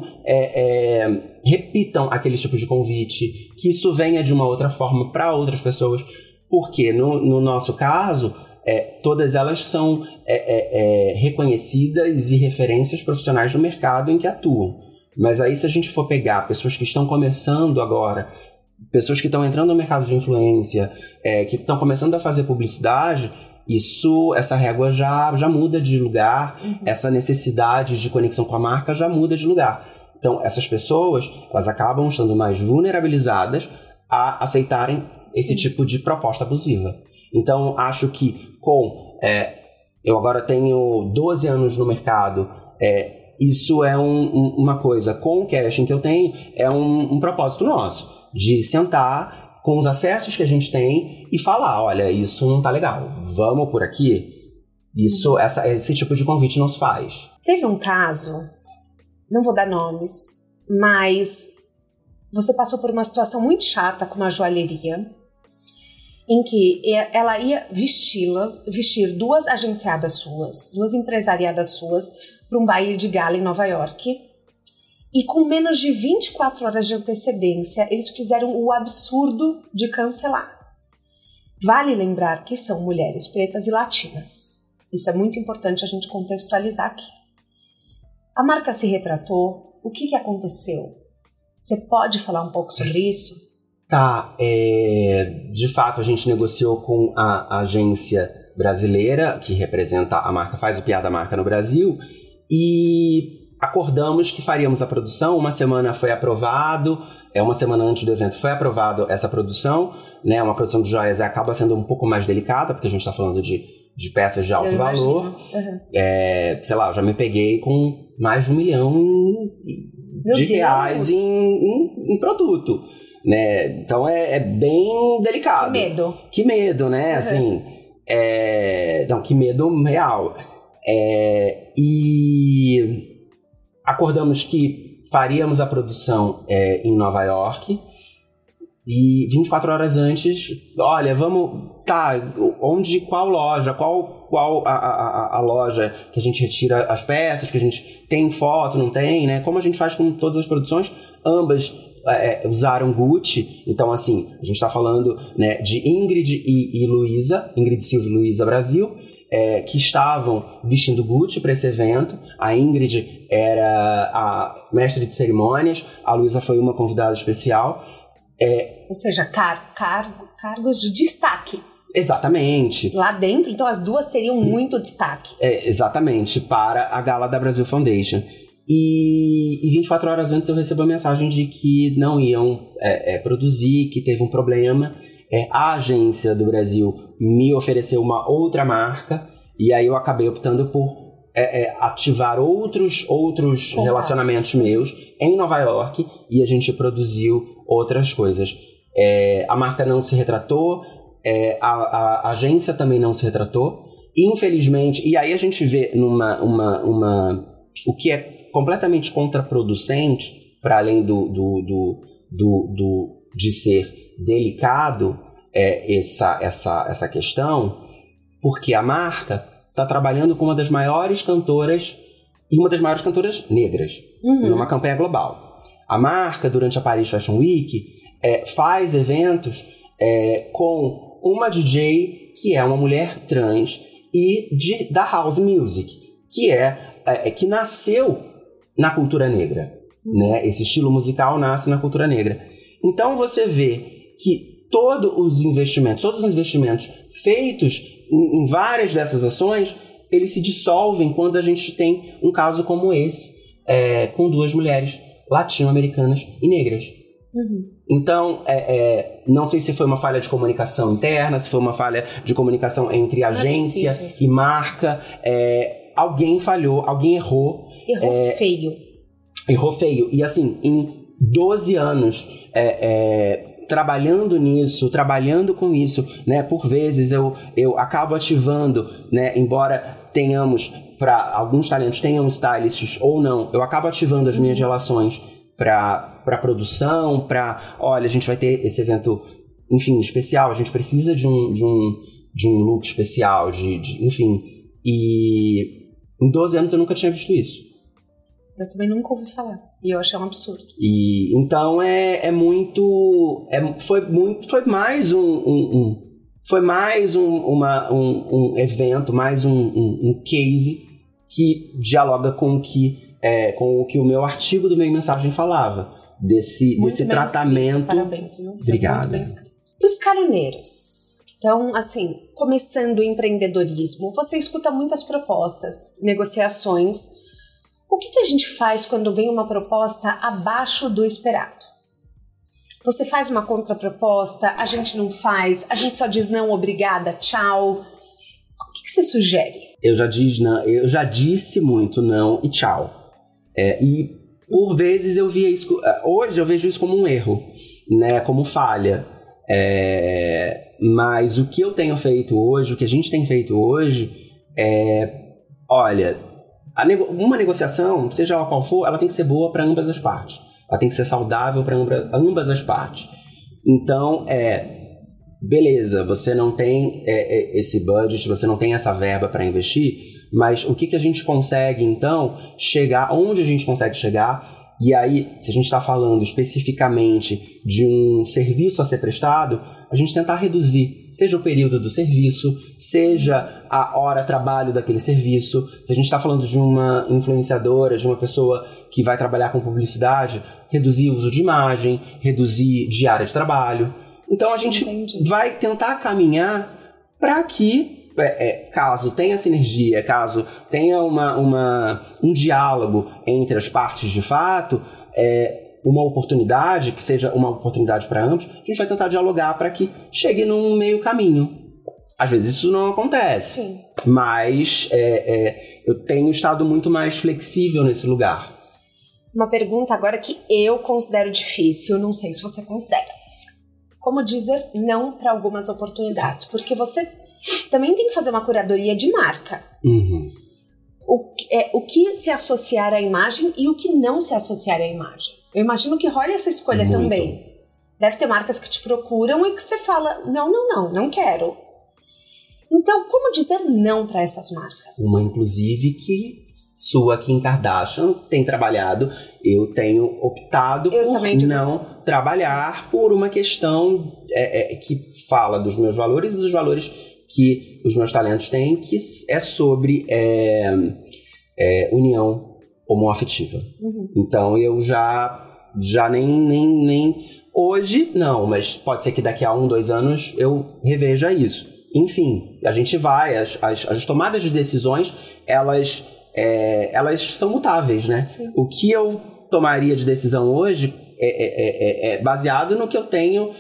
é, é, repitam aqueles tipos de convite, que isso venha de uma outra forma para outras pessoas, porque no, no nosso caso, é, todas elas são é, é, é, reconhecidas e referências profissionais do mercado em que atuam. Mas aí, se a gente for pegar pessoas que estão começando agora, pessoas que estão entrando no mercado de influência, é, que estão começando a fazer publicidade, isso, essa régua já, já muda de lugar, uhum. essa necessidade de conexão com a marca já muda de lugar. Então, essas pessoas, elas acabam estando mais vulnerabilizadas a aceitarem esse Sim. tipo de proposta abusiva. Então, acho que com... É, eu agora tenho doze anos no mercado, é, isso é um, um, uma coisa, com o casting que eu tenho, é um, um propósito nosso, de sentar com os acessos que a gente tem e falar, olha, isso não tá legal, vamos por aqui? Isso, essa, esse tipo de convite não se faz. Teve um caso, não vou dar nomes, mas você passou por uma situação muito chata com uma joalheria, em que ela ia vesti-las, vestir duas agenciadas suas, duas empresariadas suas, para um baile de gala em Nova York. E com menos de vinte e quatro horas de antecedência, eles fizeram o absurdo de cancelar. Vale lembrar que são mulheres pretas e latinas. Isso é muito importante a gente contextualizar aqui. A marca se retratou. O que, que aconteceu? Você pode falar um pouco sobre isso? Tá, é, de fato a gente negociou com a, a agência brasileira que representa a marca, faz o P A da marca no Brasil, e acordamos que faríamos a produção. Uma semana foi aprovado, é uma semana antes do evento foi aprovado essa produção, né? Uma produção de joias acaba sendo um pouco mais delicada, porque a gente está falando de, de peças de alto valor. Uhum. É, sei lá, eu já me peguei com mais de um milhão Meu de Deus. reais em, em, em produto. Né? Então é, é bem delicado. Que medo. Que medo, né? Uhum. Assim, é... Não, que medo real. É... E acordamos que faríamos a produção é, em Nova York. E vinte e quatro horas antes, olha, vamos... Tá, onde, qual loja, qual, qual a, a, a loja que a gente retira as peças, que a gente tem foto, não tem, né? Como a gente faz com todas as produções, ambas... É, usaram Gucci. Então, assim, a gente está falando, né, de Ingrid e, e Luísa, Ingrid Silva e Luísa Brasil, é, que estavam vestindo Gucci para esse evento. A Ingrid era a mestre de cerimônias, a Luísa foi uma convidada especial. É, Ou seja, car car cargos de destaque. Exatamente. Lá dentro, então as duas teriam muito destaque. É, exatamente, para a gala da Brasil Foundation. E, e vinte e quatro horas antes eu recebo a mensagem de que não iam é, é, produzir, que teve um problema. É, a agência do Brasil me ofereceu uma outra marca, e aí eu acabei optando por é, é, ativar outros, outros relacionamentos meus em Nova York, e a gente produziu outras coisas. É, a marca não se retratou, é, a, a, a agência também não se retratou, infelizmente. E aí a gente vê numa, uma, uma, o que é completamente contraproducente, para além do, do, do, do, do, de ser delicado é, essa, essa, essa questão, porque a marca está trabalhando com uma das maiores cantoras, e uma das maiores cantoras negras, uhum. numa campanha global. A marca, durante a Paris Fashion Week, é, faz eventos é, com uma D J que é uma mulher trans e de, da house music, que, é, é, que nasceu na cultura negra, né? Esse estilo musical nasce na cultura negra. Então você vê que todos os investimentos, todos os investimentos feitos em, em várias dessas ações, eles se dissolvem quando a gente tem um caso como esse, é, com duas mulheres latino-americanas e negras. Uhum. Então, é, é, não sei se foi uma falha de comunicação interna, se foi uma falha de comunicação entre agência é e marca. É, alguém falhou, alguém errou. Errou é, feio. Errou feio. E assim, em doze anos é, é, trabalhando nisso, trabalhando com isso, né? Por vezes eu, eu acabo ativando, né? Embora tenhamos, para alguns talentos tenham stylists ou não, eu acabo ativando as minhas relações para para produção, para, olha, a gente vai ter esse evento, enfim, especial, a gente precisa de um, de um, de um look especial, de, de, enfim. E em doze anos eu nunca tinha visto isso. Eu também nunca ouvi falar. E eu achei um absurdo. E então é, é muito, é, foi muito. Foi mais um. um, um foi mais um, uma, um, um evento, mais um, um, um case que dialoga com o que é, com o que o meu artigo do Meio Mensagem falava, desse, desse tratamento. Escrito. Parabéns, viu? Obrigada. Os caroneiros, então, assim, começando o empreendedorismo, você escuta muitas propostas, negociações. O que, que a gente faz quando vem uma proposta abaixo do esperado? Você faz uma contraproposta, a gente não faz, a gente só diz não, obrigada, tchau. O que, que você sugere? Eu já, diz, não, eu já disse muito não e tchau. É, e por vezes eu via isso, hoje eu vejo isso como um erro, né, como falha. É, mas o que eu tenho feito hoje, o que a gente tem feito hoje é, olha, a nego- uma negociação, seja ela qual for, ela tem que ser boa para ambas as partes. Ela tem que ser saudável para ambas as partes. Então, é, beleza, você não tem é, é, esse budget, você não tem essa verba para investir, mas o que, que a gente consegue, então, chegar, onde a gente consegue chegar? E aí, se a gente está falando especificamente de um serviço a ser prestado, a gente tentar reduzir, seja o período do serviço, seja a hora de trabalho daquele serviço. Se a gente está falando de uma influenciadora, de uma pessoa que vai trabalhar com publicidade, reduzir o uso de imagem, reduzir diária de trabalho. Então, a gente Entendi. vai tentar caminhar para que, é, é, caso tenha sinergia, caso tenha uma, uma, um diálogo entre as partes de fato, é, uma oportunidade, que seja uma oportunidade para ambos, a gente vai tentar dialogar para que chegue num meio caminho. Às vezes isso não acontece, Sim. mas é, é, eu tenho estado muito mais flexível nesse lugar. Uma pergunta agora que eu considero difícil, não sei se você considera. Como dizer não para algumas oportunidades? Porque você também tem que fazer uma curadoria de marca. Uhum. O, é, o que se associar à imagem e o que não se associar à imagem. Eu imagino que rola essa escolha Muito. também. Deve ter marcas que te procuram e que você fala, não, não, não, não quero. Então, como dizer não para essas marcas? Uma, inclusive, que sua Kim Kardashian tem trabalhado. Eu tenho optado Eu por também digo. não trabalhar por uma questão é, é, que fala dos meus valores e dos valores que os meus talentos têm, que é sobre é, é, união homoafetiva. Uhum. Então eu já, já nem, nem, nem... Hoje, não, mas pode ser que daqui a um, dois anos eu reveja isso. Enfim, a gente vai, as, as, as tomadas de decisões, elas, é, elas são mutáveis, né? Sim. O que eu tomaria de decisão hoje é, é, é, é baseado no que eu tenho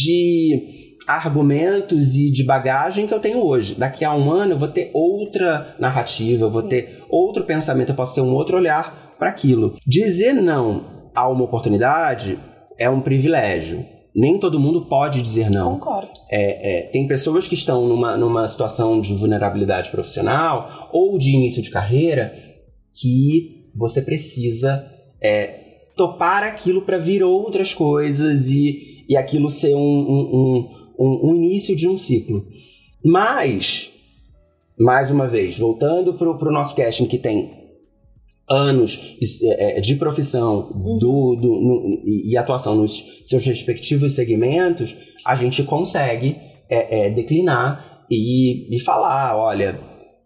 de argumentos e de bagagem que eu tenho hoje. Daqui a um ano eu vou ter outra narrativa, eu vou Sim. ter outro pensamento, eu posso ter um outro olhar para aquilo. Dizer não a uma oportunidade é um privilégio. Nem todo mundo pode dizer não. Concordo. É, é, tem pessoas que estão numa, numa situação de vulnerabilidade profissional ou de início de carreira que você precisa é, topar aquilo para vir outras coisas e, e aquilo ser um, um, um Um, um início de um ciclo. Mas, mais uma vez, voltando para o nosso casting que tem anos de profissão do, do, no, e atuação nos seus respectivos segmentos, a gente consegue é, é, declinar e, e falar, olha,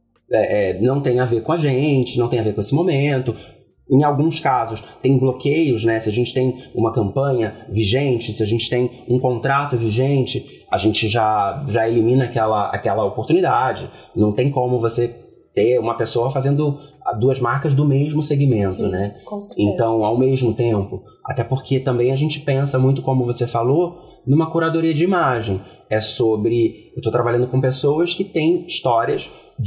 é, é, não tem a ver com a gente, não tem a ver com esse momento. Em alguns casos, tem bloqueios, né? Se a gente tem uma campanha vigente, se a gente tem um contrato vigente, a gente já, já elimina aquela, aquela oportunidade. Não tem como você ter uma pessoa fazendo duas marcas do mesmo segmento, Sim, né? Com certeza. Então, ao mesmo tempo. Até porque também a gente pensa muito, como você falou, numa curadoria de imagem. É sobre... Eu estou trabalhando com pessoas que têm histórias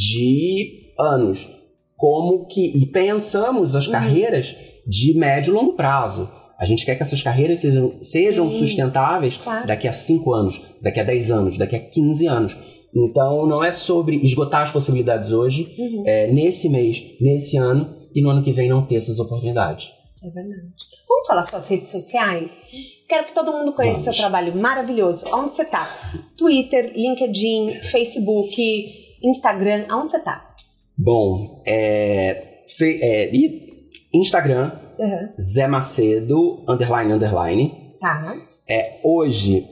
de anos. Como que, e pensamos as uhum. carreiras de médio e longo prazo. A gente quer que essas carreiras sejam, sejam sustentáveis claro. daqui a cinco anos, daqui a dez anos, daqui a quinze anos. Então, não é sobre esgotar as possibilidades hoje, uhum. é, nesse mês, nesse ano, e no ano que vem não ter essas oportunidades. É verdade. Vamos falar suas redes sociais? Quero que todo mundo conheça o seu trabalho maravilhoso. Onde você tá? Twitter, LinkedIn, Facebook, Instagram, aonde você tá? Bom, é, fe, é, e Instagram, uhum. Zé Macedo, underline, underline. Tá. É, hoje,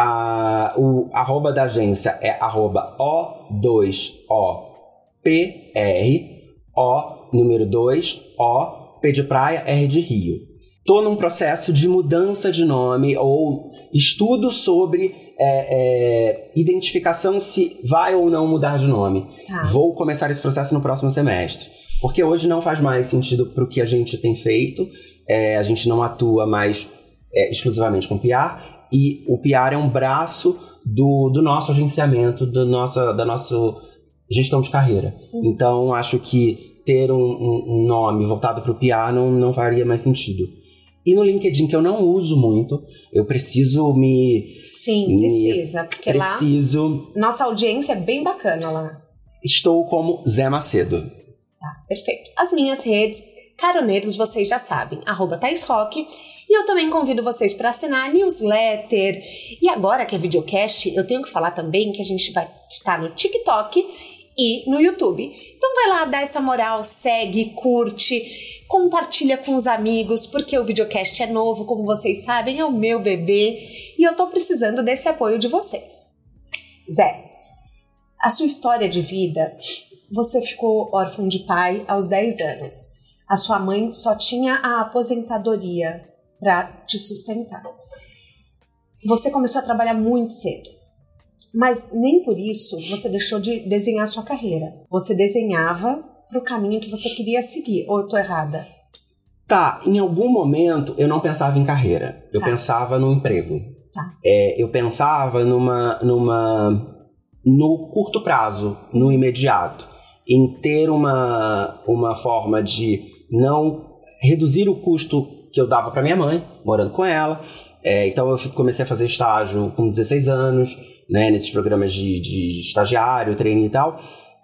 a, o arroba da agência é arroba O dois O P R, O número dois, O P P de praia, R de Rio. Tô num processo de mudança de nome ou estudo sobre é, é, identificação se vai ou não mudar de nome. Tá. Vou começar esse processo no próximo semestre. Porque hoje não faz mais sentido para o que a gente tem feito. É, a gente não atua mais é, exclusivamente com P R. E o P R é um braço do, do nosso agenciamento, do nossa, da nossa gestão de carreira. Uhum. Então, acho que ter um, um, um nome voltado para o P R não, não faria mais sentido. E no LinkedIn, que eu não uso muito, eu preciso me... Sim, me precisa. Porque preciso... lá, nossa audiência é bem bacana lá. Estou como Zé Macedo. Tá, perfeito. As minhas redes, caroneiros, vocês já sabem, arroba Thaís Roque. E eu também convido vocês para assinar a newsletter. E agora que é videocast, eu tenho que falar também que a gente vai estar no TikTok e no YouTube. Então vai lá, dá essa moral, segue, curte, compartilha com os amigos, porque o videocast é novo, como vocês sabem, é o meu bebê e eu tô precisando desse apoio de vocês. Zé, a sua história de vida, você ficou órfão de pai aos dez anos. A sua mãe só tinha a aposentadoria para te sustentar. Você começou a trabalhar muito cedo. Mas nem por isso você deixou de desenhar sua carreira. Você desenhava para o caminho que você queria seguir. Ou eu tô errada? Tá, em algum momento eu não pensava em carreira. Eu tá. pensava no emprego. Tá. É, eu pensava numa, numa, no curto prazo, no imediato. Em ter uma, uma forma de não reduzir o custo que eu dava para minha mãe, morando com ela. É, então eu comecei a fazer estágio com dezesseis anos, né, nesses programas de, de estagiário, treino e tal.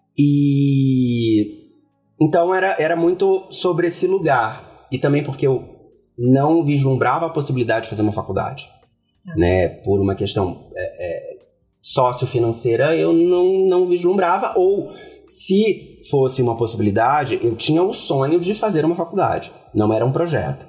E então era, era muito sobre esse lugar. E também porque eu não vislumbrava a possibilidade de fazer uma faculdade. Ah. Né, por uma questão é, é, sociofinanceira, eu não, não vislumbrava. Ou, se fosse uma possibilidade, eu tinha o sonho de fazer uma faculdade. Não era um projeto.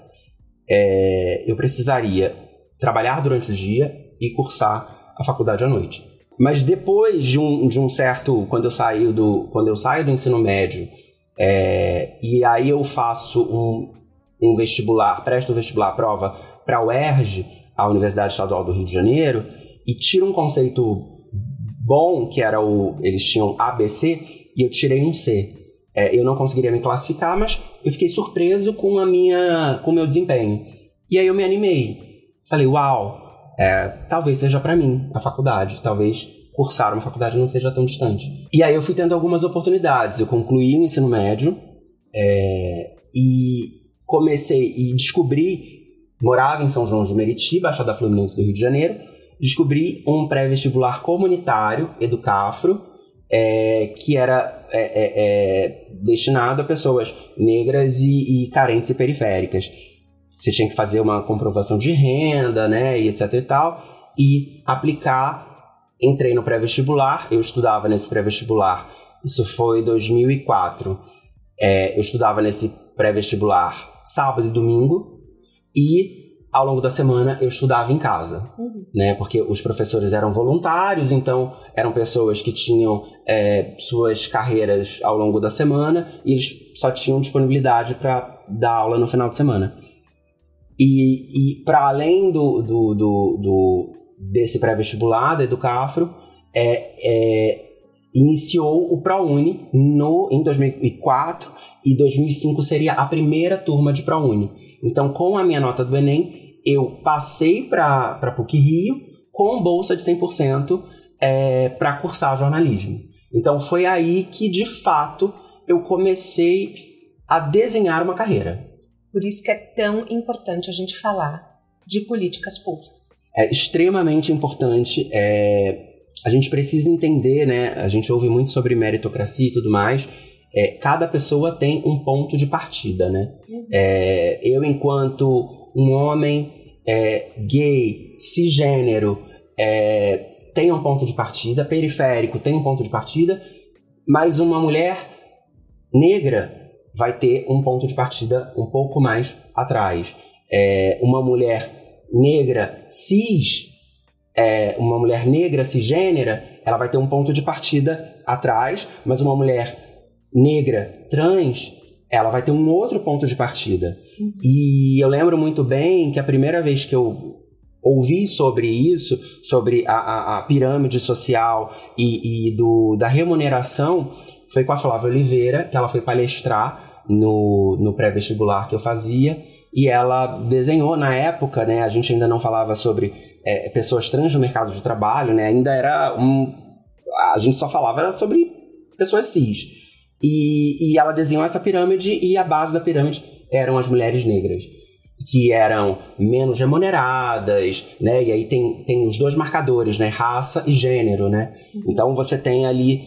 É, eu precisaria trabalhar durante o dia e cursar a faculdade à noite. Mas depois de um, de um certo... Quando eu, saio do, quando eu saio do ensino médio, é, e aí eu faço um, um vestibular, presto o vestibular, a prova para a U E R J, a Universidade Estadual do Rio de Janeiro, e tiro um conceito bom, que era o... Eles tinham A B C, e eu tirei um C. É, eu não conseguiria me classificar, mas eu fiquei surpreso com a minha, com o meu desempenho. E aí eu me animei. Falei, uau, é, talvez seja pra mim a faculdade. Talvez cursar uma faculdade não seja tão distante. E aí eu fui tendo algumas oportunidades. Eu concluí o ensino médio é, e comecei e descobri... Morava em São João de Meriti, Baixada Fluminense do Rio de Janeiro. Descobri um pré-vestibular comunitário, Educafro, É, que era é, é, é, destinado a pessoas negras e, e carentes e periféricas. Você tinha que fazer uma comprovação de renda, né, e etc e tal, e aplicar. Entrei no pré-vestibular, eu estudava nesse pré-vestibular, isso foi em dois mil e quatro. É, eu estudava nesse pré-vestibular sábado e domingo, e ao longo da semana eu estudava em casa, uhum. né? Porque os professores eram voluntários, então eram pessoas que tinham é, suas carreiras ao longo da semana e eles só tinham disponibilidade para dar aula no final de semana. E, e para além do, do, do, do, desse pré-vestibular, da Educafro, é, é, iniciou o ProUni no, em dois mil e quatro, e dois mil e cinco seria a primeira turma de ProUni. Então, com a minha nota do Enem, eu passei para a PUC-Rio com bolsa de cem por cento é, para cursar jornalismo. Então, foi aí que, de fato, eu comecei a desenhar uma carreira. Por isso que é tão importante a gente falar de políticas públicas. É extremamente importante. É, a gente precisa entender, né? A gente ouve muito sobre meritocracia e tudo mais. É, cada pessoa tem um ponto de partida, né? Uhum. É, eu, enquanto um homem é, gay, cisgênero, é, tem um ponto de partida, periférico tem um ponto de partida, mas uma mulher negra vai ter um ponto de partida um pouco mais atrás. É, uma mulher negra cis, é, uma mulher negra cisgênera, ela vai ter um ponto de partida atrás, mas uma mulher negra trans, ela vai ter um outro ponto de partida. Uhum. E eu lembro muito bem que a primeira vez que eu ouvi sobre isso, sobre a, a, a pirâmide social e, e do, da remuneração, foi com a Flávia Oliveira, que ela foi palestrar no, no pré-vestibular que eu fazia, e ela desenhou na época, né, a gente ainda não falava sobre é, pessoas trans no mercado de trabalho, né, ainda era um... a gente só falava era sobre pessoas cis. E, e ela desenhou essa pirâmide, e a base da pirâmide eram as mulheres negras, que eram menos remuneradas, né? E aí tem, tem os dois marcadores, né? Raça e gênero, né? Uhum. Então você tem ali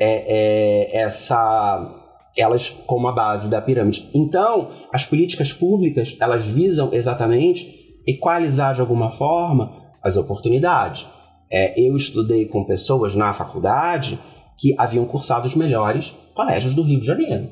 é, é, essa... elas como a base da pirâmide. Então, as políticas públicas, elas visam exatamente equalizar de alguma forma as oportunidades. É, eu estudei com pessoas na faculdade que haviam cursado os melhores colégios do Rio de Janeiro,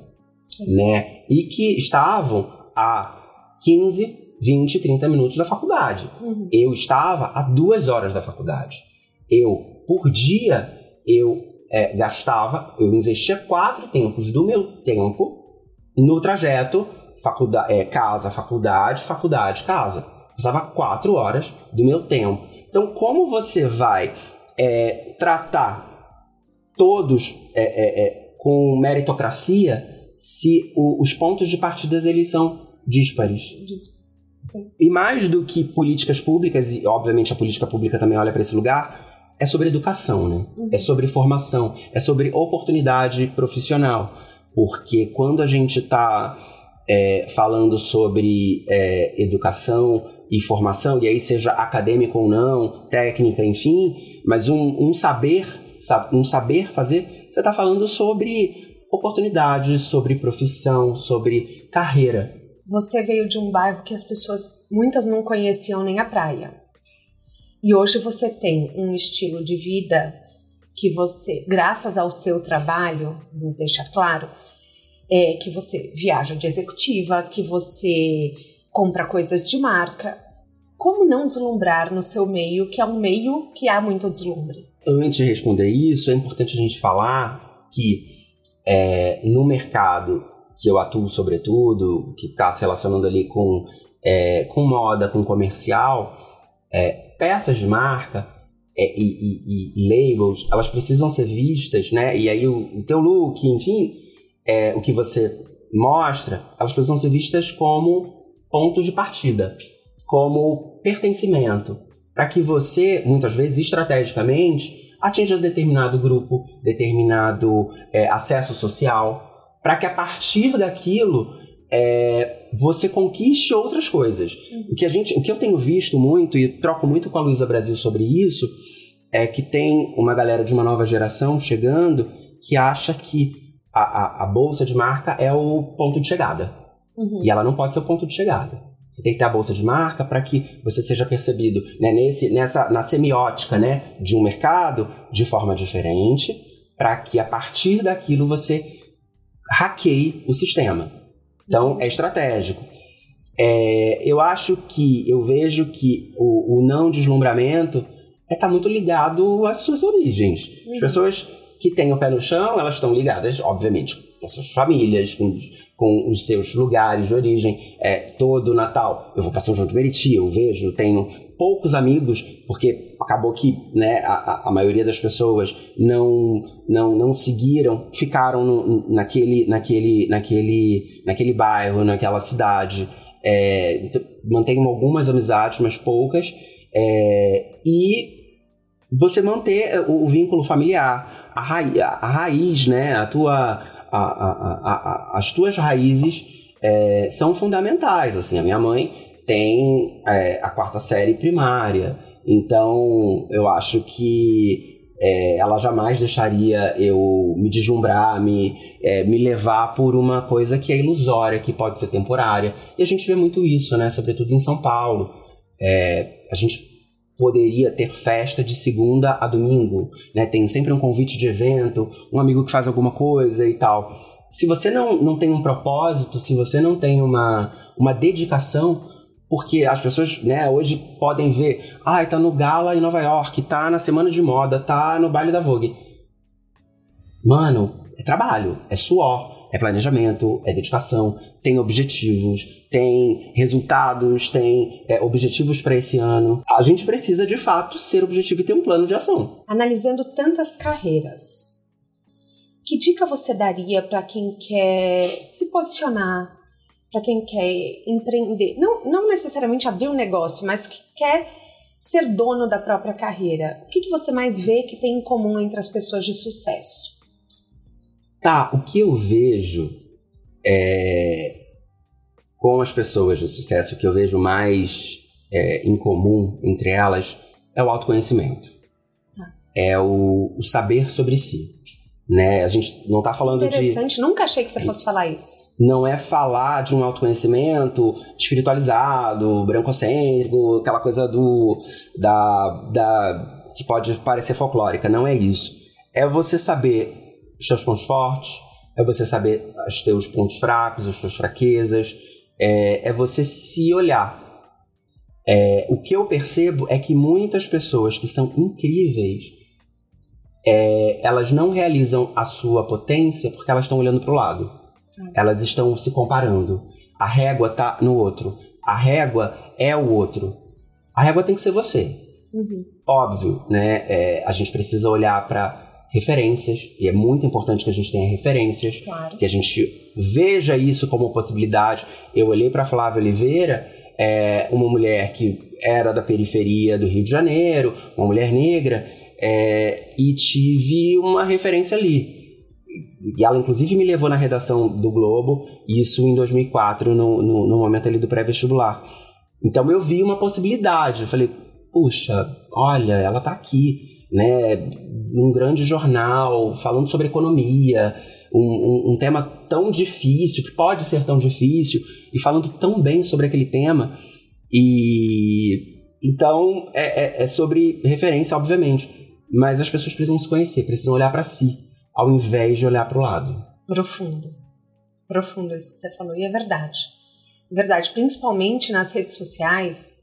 né? E que estavam a quinze, vinte, trinta minutos da faculdade. Uhum. Eu estava a duas horas da faculdade. Eu, por dia, eu é, gastava, eu investia quatro tempos do meu tempo no trajeto faculdade, é, casa, faculdade, faculdade, casa. Passava quatro horas do meu tempo. Então, como você vai é, tratar todos é, é, é, com meritocracia se o, os pontos de partida eles são díspares? Sim. E mais do que políticas públicas, e obviamente a política pública também olha para esse lugar, é sobre educação, né? Uhum. É sobre formação, é sobre oportunidade profissional. Porque quando a gente está é, falando sobre é, educação e formação, e aí seja acadêmico ou não, técnica, enfim, mas um, um saber, um saber fazer, você está falando sobre oportunidades, sobre profissão, sobre carreira. Você veio de um bairro que as pessoas, muitas não conheciam nem a praia. E hoje você tem um estilo de vida que você, graças ao seu trabalho, vamos deixar claro, é que você viaja de executiva, que você compra coisas de marca. Como não deslumbrar no seu meio, que é um meio que há muito deslumbre? Antes de responder isso, é importante a gente falar que é, no mercado que eu atuo sobretudo, que está se relacionando ali com, é, com moda, com comercial, é, peças de marca é, e, e, e labels, elas precisam ser vistas, né? E aí o, o teu look, enfim, é, o que você mostra, elas precisam ser vistas como pontos de partida, como pertencimento, para que você, muitas vezes, estrategicamente, atinja determinado grupo, determinado é, acesso social, para que a partir daquilo é, você conquiste outras coisas. Uhum. O que a gente, o que eu tenho visto muito, e troco muito com a Luísa Brasil sobre isso, é que tem uma galera de uma nova geração chegando que acha que a, a, a bolsa de marca é o ponto de chegada. Uhum. E ela não pode ser o ponto de chegada. Você tem que ter a bolsa de marca para que você seja percebido, né, nesse, nessa, na semiótica, né, de um mercado de forma diferente, para que a partir daquilo você hackeie o sistema. Então, é estratégico. É, eu acho que, eu vejo que o, o não deslumbramento está muito ligado às suas origens. As pessoas que têm o pé no chão, elas estão ligadas, obviamente, com suas famílias, com, com os seus lugares de origem. É, todo Natal, eu vou para São João de Meriti, eu vejo, tenho poucos amigos, porque acabou que, né, a, a maioria das pessoas não, não, não seguiram, ficaram no, naquele, naquele, naquele, naquele bairro, naquela cidade. É, mantenho algumas amizades, mas poucas. É, e você manter o, o vínculo familiar, a, raiz, a raiz, né, a tua, a, a, a, a, as tuas raízes é, são fundamentais. Assim, a minha mãe tem é, a quarta série primária, então eu acho que é, ela jamais deixaria eu me deslumbrar, me, é, me levar por uma coisa que é ilusória, que pode ser temporária. E a gente vê muito isso, né? Sobretudo em São Paulo. É, a gente poderia ter festa de segunda a domingo, né? Tem sempre um convite de evento, um amigo que faz alguma coisa e tal. Se você não, não tem um propósito, se você não tem uma, uma dedicação, porque as pessoas, né, hoje podem ver, ah, tá no Gala em Nova York, tá na Semana de Moda, tá no baile da Vogue. Mano, é trabalho, é suor, é planejamento, é dedicação, tem objetivos, tem resultados, tem é, objetivos para esse ano. A gente precisa, de fato, ser objetivo e ter um plano de ação. Analisando tantas carreiras, que dica você daria para quem quer se posicionar, para quem quer empreender? Não, não necessariamente abrir um negócio, mas que quer ser dono da própria carreira. O que, que você mais vê que tem em comum entre as pessoas de sucesso? Tá, o que eu vejo é, com as pessoas de sucesso, o que eu vejo mais é, em comum entre elas é o autoconhecimento. Tá. É o, o saber sobre si. Né? A gente não tá falando Interessante. de... Interessante, nunca achei que você fosse falar isso. Não é falar de um autoconhecimento espiritualizado, brancocêntrico, aquela coisa do... Da, da, que pode parecer folclórica, não é isso. É você saber os teus pontos fortes, é você saber os teus pontos fracos, as tuas fraquezas, é, é você se olhar. É, o que eu percebo é que muitas pessoas que são incríveis, é, elas não realizam a sua potência porque elas estão olhando para o lado. Elas estão se comparando. A régua está no outro. A régua é o outro. A régua tem que ser você. Uhum. Óbvio, né? É, a gente precisa olhar para referências, e é muito importante que a gente tenha referências, claro. Que a gente veja isso como possibilidade. Eu olhei para Flávia Oliveira, é, uma mulher que era da periferia do Rio de Janeiro, uma mulher negra, é, e tive uma referência ali. E ela, inclusive, me levou na redação do Globo, isso em dois mil e quatro, no, no, no momento ali do pré-vestibular. Então eu vi uma possibilidade, eu falei, puxa, olha, ela tá aqui, né, num grande jornal, falando sobre economia, um, um, um tema tão difícil, que pode ser tão difícil, e falando tão bem sobre aquele tema. E então é, é, é sobre referência, obviamente, mas as pessoas precisam se conhecer, precisam olhar para si, ao invés de olhar para o lado. Profundo, profundo isso que você falou, e é verdade. Verdade, principalmente nas redes sociais,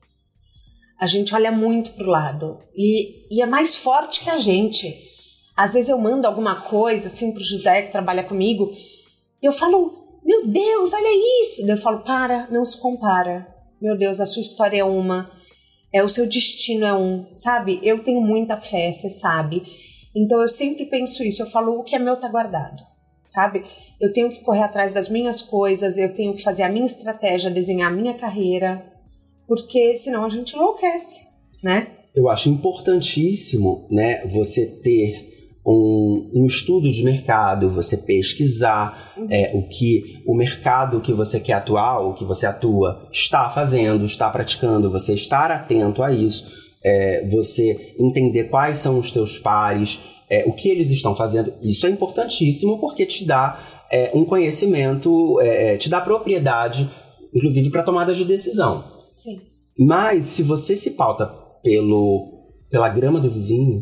a gente olha muito pro lado e, e é mais forte que a gente. Às vezes eu mando alguma coisa assim pro José, que trabalha comigo, e eu falo, meu Deus, olha isso. Eu falo, para, não se compara. Meu Deus, a sua história é uma, é o seu destino é um, sabe? Eu tenho muita fé, você sabe. Então eu sempre penso isso, eu falo, o que é meu tá guardado, sabe? Eu tenho que correr atrás das minhas coisas, eu tenho que fazer a minha estratégia, desenhar a minha carreira, porque senão a gente enlouquece, né? Eu acho importantíssimo, né, você ter um, um estudo de mercado, você pesquisar uhum. é, o que o mercado que você quer atuar, o que você atua, está fazendo, está praticando, você estar atento a isso, é, você entender quais são os teus pares, é, o que eles estão fazendo. Isso é importantíssimo porque te dá é, um conhecimento, é, te dá propriedade, inclusive para tomadas de decisão. Sim. Mas se você se pauta pelo, pela grama do vizinho,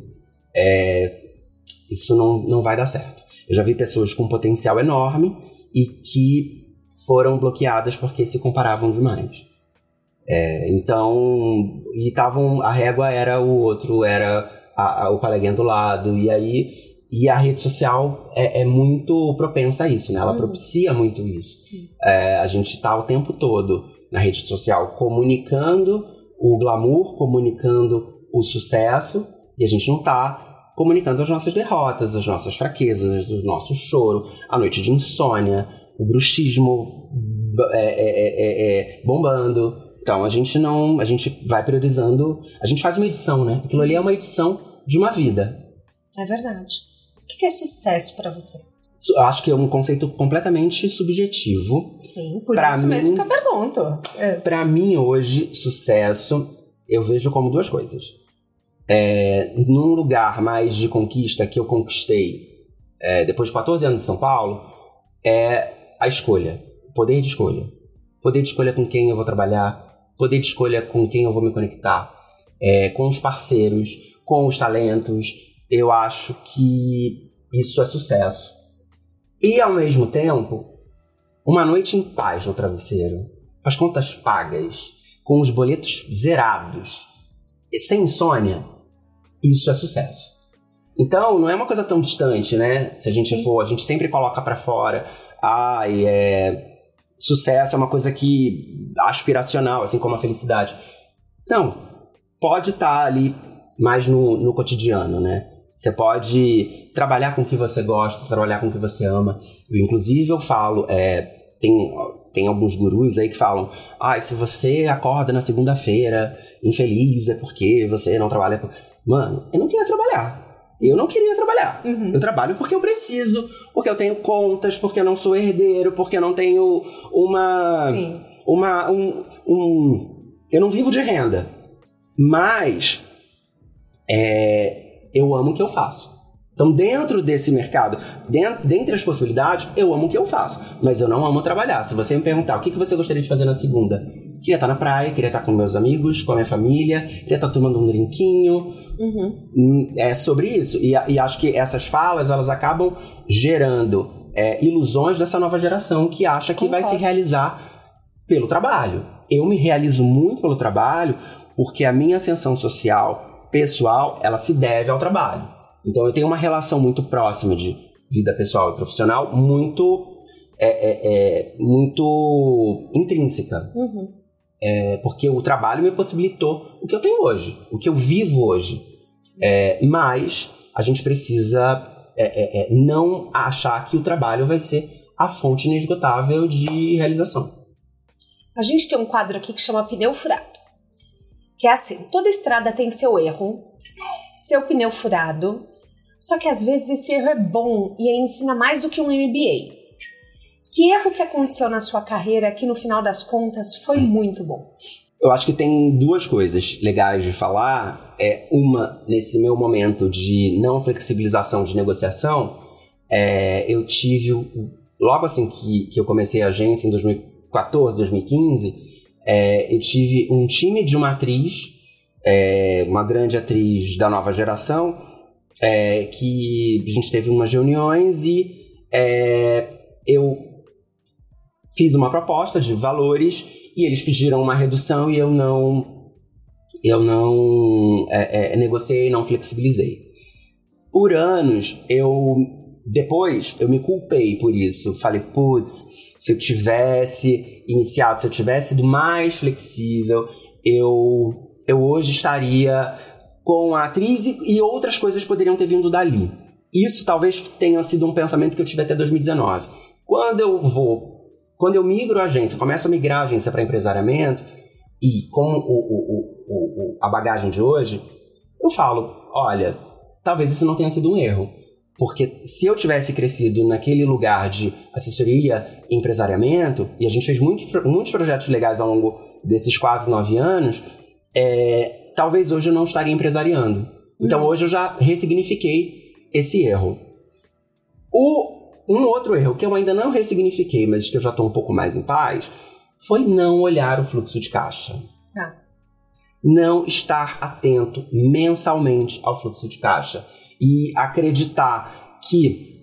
é, isso não, não vai dar certo. Eu já vi pessoas com potencial enorme e que foram bloqueadas porque se comparavam demais. É, então, e tavam, a régua era o outro, era a, a, o coleguinha do lado, e aí e a rede social é, é muito propensa a isso, né? Ela uhum. propicia muito isso. É, a gente está o tempo todo na rede social comunicando o glamour, comunicando o sucesso, e a gente não está comunicando as nossas derrotas, as nossas fraquezas, o nosso choro, a noite de insônia, o bruxismo é, é, é, é, bombando. Então a gente não, a gente vai priorizando, a gente faz uma edição, né? Aquilo ali é uma edição de uma vida. É verdade. O que é sucesso para você? Eu acho que é um conceito completamente subjetivo. Sim, por pra isso mim, mesmo que eu pergunto. É. Pra mim, hoje, sucesso, eu vejo como duas coisas. É, num lugar mais de conquista que eu conquistei é, depois de quatorze anos em São Paulo, é a escolha. Poder de escolha. Poder de escolha com quem eu vou trabalhar, poder de escolha com quem eu vou me conectar, é, com os parceiros, com os talentos. Eu acho que isso é sucesso. E, ao mesmo tempo, uma noite em paz no travesseiro, com as contas pagas, com os boletos zerados, sem insônia, isso é sucesso. Então, não é uma coisa tão distante, né? Se a gente for, a gente sempre coloca pra fora ai, é, sucesso é uma coisa que aspiracional, assim como a felicidade. Não, pode estar ali mais no, no cotidiano, né? Você pode trabalhar com o que você gosta, trabalhar com o que você ama. Eu, inclusive, eu falo, é, tem, tem alguns gurus aí que falam, ah, se você acorda na segunda-feira infeliz, é porque você não trabalha... Por... Mano, eu não queria trabalhar. Eu não queria trabalhar. Uhum. Eu trabalho porque eu preciso, porque eu tenho contas, porque eu não sou herdeiro, porque eu não tenho uma... Sim. uma um, um, eu não vivo de renda. Mas é, eu amo o que eu faço. Então, dentro desse mercado, dentro, dentre as possibilidades, eu amo o que eu faço. Mas eu não amo trabalhar. Se você me perguntar o que você gostaria de fazer na segunda, queria estar na praia, queria estar com meus amigos, com a minha família, queria estar tomando um drinquinho. Uhum. É sobre isso. E, e acho que essas falas, elas acabam gerando é, ilusões dessa nova geração que acha que Concordo. Vai se realizar pelo trabalho. Eu me realizo muito pelo trabalho porque a minha ascensão social, pessoal, ela se deve ao trabalho. Então eu tenho uma relação muito próxima de vida pessoal e profissional muito, é, é, é, muito intrínseca. Uhum. É, porque o trabalho me possibilitou o que eu tenho hoje, o que eu vivo hoje. É, mas a gente precisa é, é, é, não achar que o trabalho vai ser a fonte inesgotável de realização. A gente tem um quadro aqui que chama Pneu Furado. Que é assim, toda estrada tem seu erro, seu pneu furado, só que às vezes esse erro é bom e ele ensina mais do que um M B A. Que erro que aconteceu na sua carreira que no final das contas foi muito bom? Eu acho que tem duas coisas legais de falar. É, uma, nesse meu momento de não flexibilização de negociação, é, eu tive, logo assim que, que eu comecei a agência em dois mil e quatorze, dois mil e quinze, é, eu tive um time de uma atriz, é, uma grande atriz da nova geração, é, que a gente teve umas reuniões e é, eu fiz uma proposta de valores e eles pediram uma redução e eu não, eu não é, é, negociei, não flexibilizei. Por anos, eu depois eu me culpei por isso. Falei, putz, se eu tivesse iniciado, se eu tivesse sido mais flexível, eu, eu hoje estaria com a atriz e, e outras coisas poderiam ter vindo dali. Isso talvez tenha sido um pensamento que eu tive até dois mil e dezenove. Quando eu vou... Quando eu migro a agência, começo a migrar a agência para empresariamento, e com o, o, o, o, a bagagem de hoje, eu falo, olha, talvez isso não tenha sido um erro. Porque se eu tivesse crescido naquele lugar de assessoria e empresariamento, e a gente fez muitos, muitos projetos legais ao longo desses quase nove anos, é, talvez hoje eu não estaria empresariando. Então hoje eu já ressignifiquei esse erro. O Um outro erro que eu ainda não ressignifiquei, mas que eu já estou um pouco mais em paz, foi não olhar o fluxo de caixa. Tá. Não estar atento mensalmente ao fluxo de caixa. E acreditar que,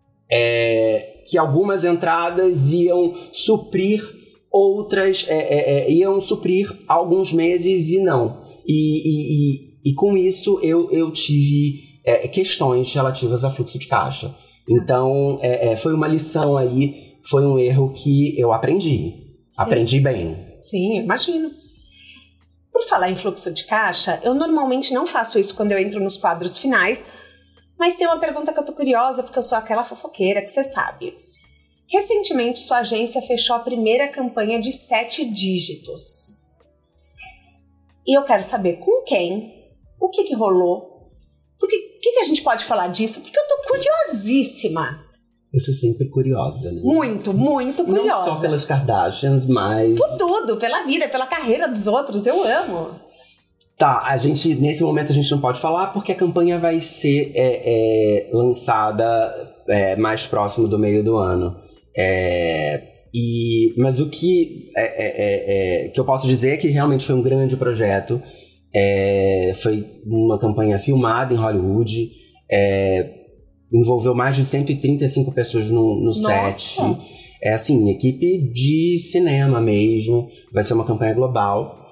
é, que algumas entradas iam suprir outras, é, é, é, iam suprir alguns meses e não. E, e, e, e com isso eu, eu tive é, questões relativas a fluxo de caixa. Então, é, é, foi uma lição aí, foi um erro que eu aprendi. Sim. Aprendi bem. Sim, imagino. Por falar em fluxo de caixa, eu normalmente não faço isso quando eu entro nos quadros finais, mas tem uma pergunta que eu tô curiosa, porque eu sou aquela fofoqueira que você sabe. Recentemente, sua agência fechou a primeira campanha de sete dígitos. E eu quero saber com quem, o que que rolou. Porque o que, que a gente pode falar disso? Porque eu tô curiosíssima. Você é sempre curiosa, né? Muito, muito curiosa. Não só pelas Kardashians, mas... Por tudo, pela vida, pela carreira dos outros, eu amo. Tá, a gente, nesse momento a gente não pode falar porque a campanha vai ser é, é, lançada é, mais próximo do meio do ano. É, e, mas o que, é, é, é, que eu posso dizer é que realmente foi um grande projeto. É, foi uma campanha filmada em Hollywood, é, envolveu mais de cento e trinta e cinco pessoas no, no set. É assim, equipe de cinema mesmo, vai ser uma campanha global.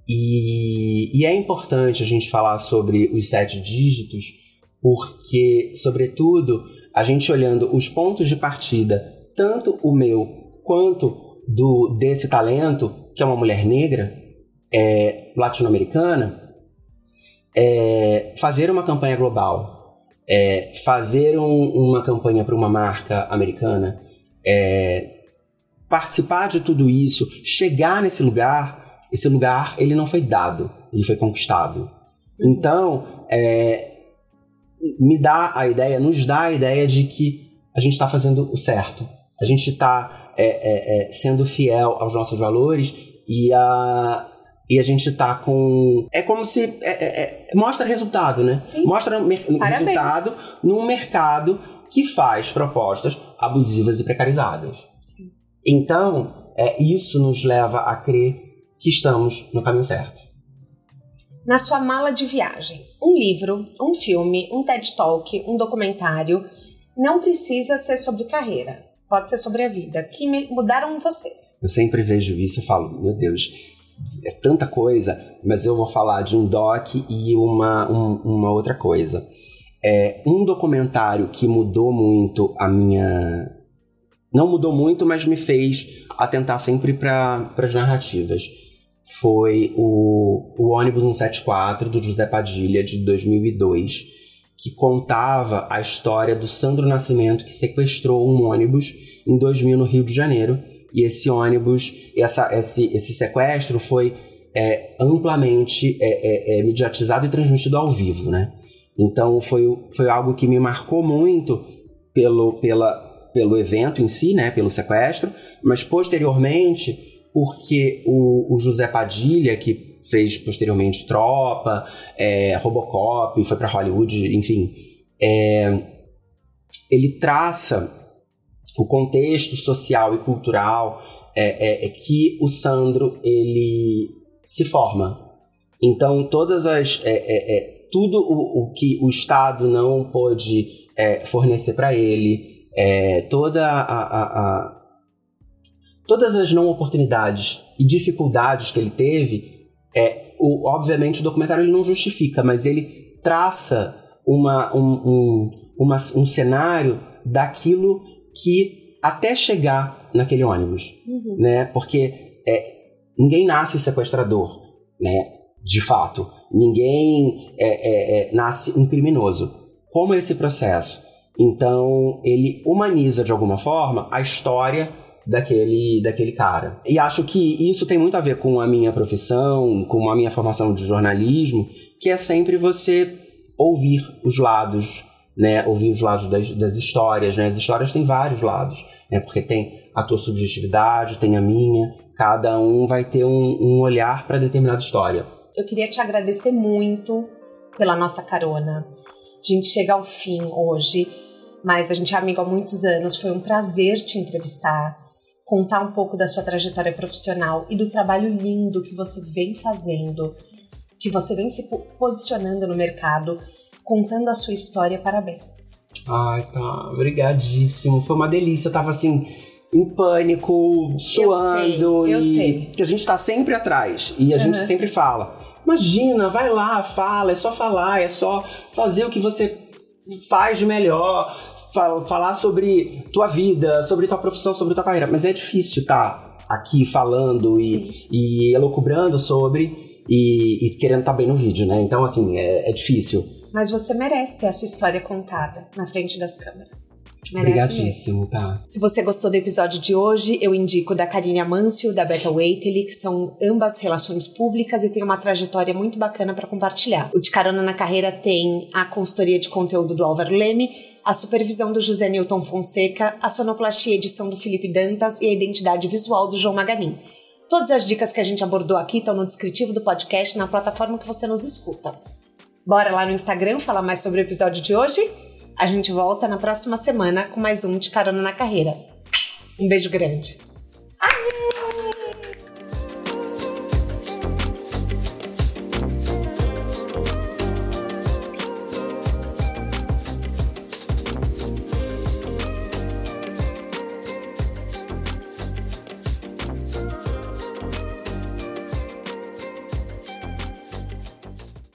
E, e é importante a gente falar sobre os sete dígitos, porque, sobretudo, a gente olhando os pontos de partida tanto o meu quanto do, desse talento, que é uma mulher negra, é, latino-americana, é, fazer uma campanha global, é, fazer um, uma campanha para uma marca americana, é, participar de tudo isso, chegar nesse lugar, esse lugar ele não foi dado, ele foi conquistado. Então, é, me dá a ideia, nos dá a ideia de que a gente está fazendo o certo, a gente está é, é, é, sendo fiel aos nossos valores e a, e a gente está com... É como se... É, é, é, mostra resultado, né? Sim. Mostra mer- resultado num mercado que faz propostas abusivas e precarizadas. Sim. Então, é, isso nos leva a crer que estamos no caminho certo. Na sua mala de viagem, um livro, um filme, um TED Talk, um documentário, não precisa ser sobre carreira, pode ser sobre a vida, que mudaram você. Eu sempre vejo isso e falo, meu Deus, é tanta coisa, mas eu vou falar de um doc e uma, um, uma outra coisa. É um documentário que mudou muito a minha... Não mudou muito, mas me fez atentar sempre para as narrativas. Foi o, o Ônibus cento e setenta e quatro, do José Padilha, de dois mil e dois, que contava a história do Sandro Nascimento, que sequestrou um ônibus em dois mil no Rio de Janeiro. E esse ônibus, essa, esse, esse sequestro foi é, amplamente é, é, é, mediatizado e transmitido ao vivo, né? Então foi, foi algo que me marcou muito pelo, pela, pelo evento em si, né? Pelo sequestro, mas posteriormente, porque o, o José Padilha, que fez posteriormente Tropa, é, Robocop, foi para Hollywood, enfim, é, ele traça o contexto social e cultural é, é, é que o Sandro ele se forma. Então, todas as é, é, é, tudo o, o que o Estado não pôde é, fornecer para ele, é, toda a, a, a, todas as não oportunidades e dificuldades que ele teve, é, o, obviamente o documentário ele não justifica, mas ele traça uma, um, um, uma, um cenário daquilo que até chegar naquele ônibus, uhum. né? Porque é, ninguém nasce sequestrador, né? De fato, ninguém é, é, é, nasce um criminoso. Como é esse processo? Então, ele humaniza de alguma forma a história daquele, daquele cara. E acho que isso tem muito a ver com a minha profissão, com a minha formação de jornalismo, que é sempre você ouvir os lados, né? Ouvir os lados das, das histórias, né? As histórias têm vários lados, né? Porque tem a tua subjetividade, tem a minha, cada um vai ter um, um olhar para determinada história. Eu queria te agradecer muito pela nossa carona. A gente chega ao fim hoje, mas a gente é amigo há muitos anos. Foi um prazer te entrevistar, contar um pouco da sua trajetória profissional e do trabalho lindo que você vem fazendo, que você vem se posicionando no mercado, contando a sua história. Parabéns. Ai, tá. Obrigadíssimo. Foi uma delícia. Eu tava assim, em pânico, suando. Eu sei, eu e sei. Que a gente tá sempre atrás. E a uhum. gente sempre fala, imagina, vai lá, fala, é só falar, é só fazer o que você faz de melhor, falar sobre tua vida, sobre tua profissão, sobre tua carreira. Mas é difícil estar aqui falando e, e elucubrando sobre e, e querendo estar bem no vídeo, né? Então, assim, é, é difícil. Mas você merece ter a sua história contada na frente das câmeras. Obrigadíssimo, tá? Se você gostou do episódio de hoje, eu indico da Karine Amâncio e da Beta Waitely, que são ambas relações públicas e tem uma trajetória muito bacana para compartilhar. O De Carona na Carreira tem a consultoria de conteúdo do Álvaro Leme, a supervisão do José Newton Fonseca, a sonoplastia e edição do Felipe Dantas e a identidade visual do João Maganin. Todas as dicas que a gente abordou aqui estão no descritivo do podcast na plataforma que você nos escuta. Bora lá no Instagram falar mais sobre o episódio de hoje? A gente volta na próxima semana com mais um De Carona na Carreira. Um beijo grande.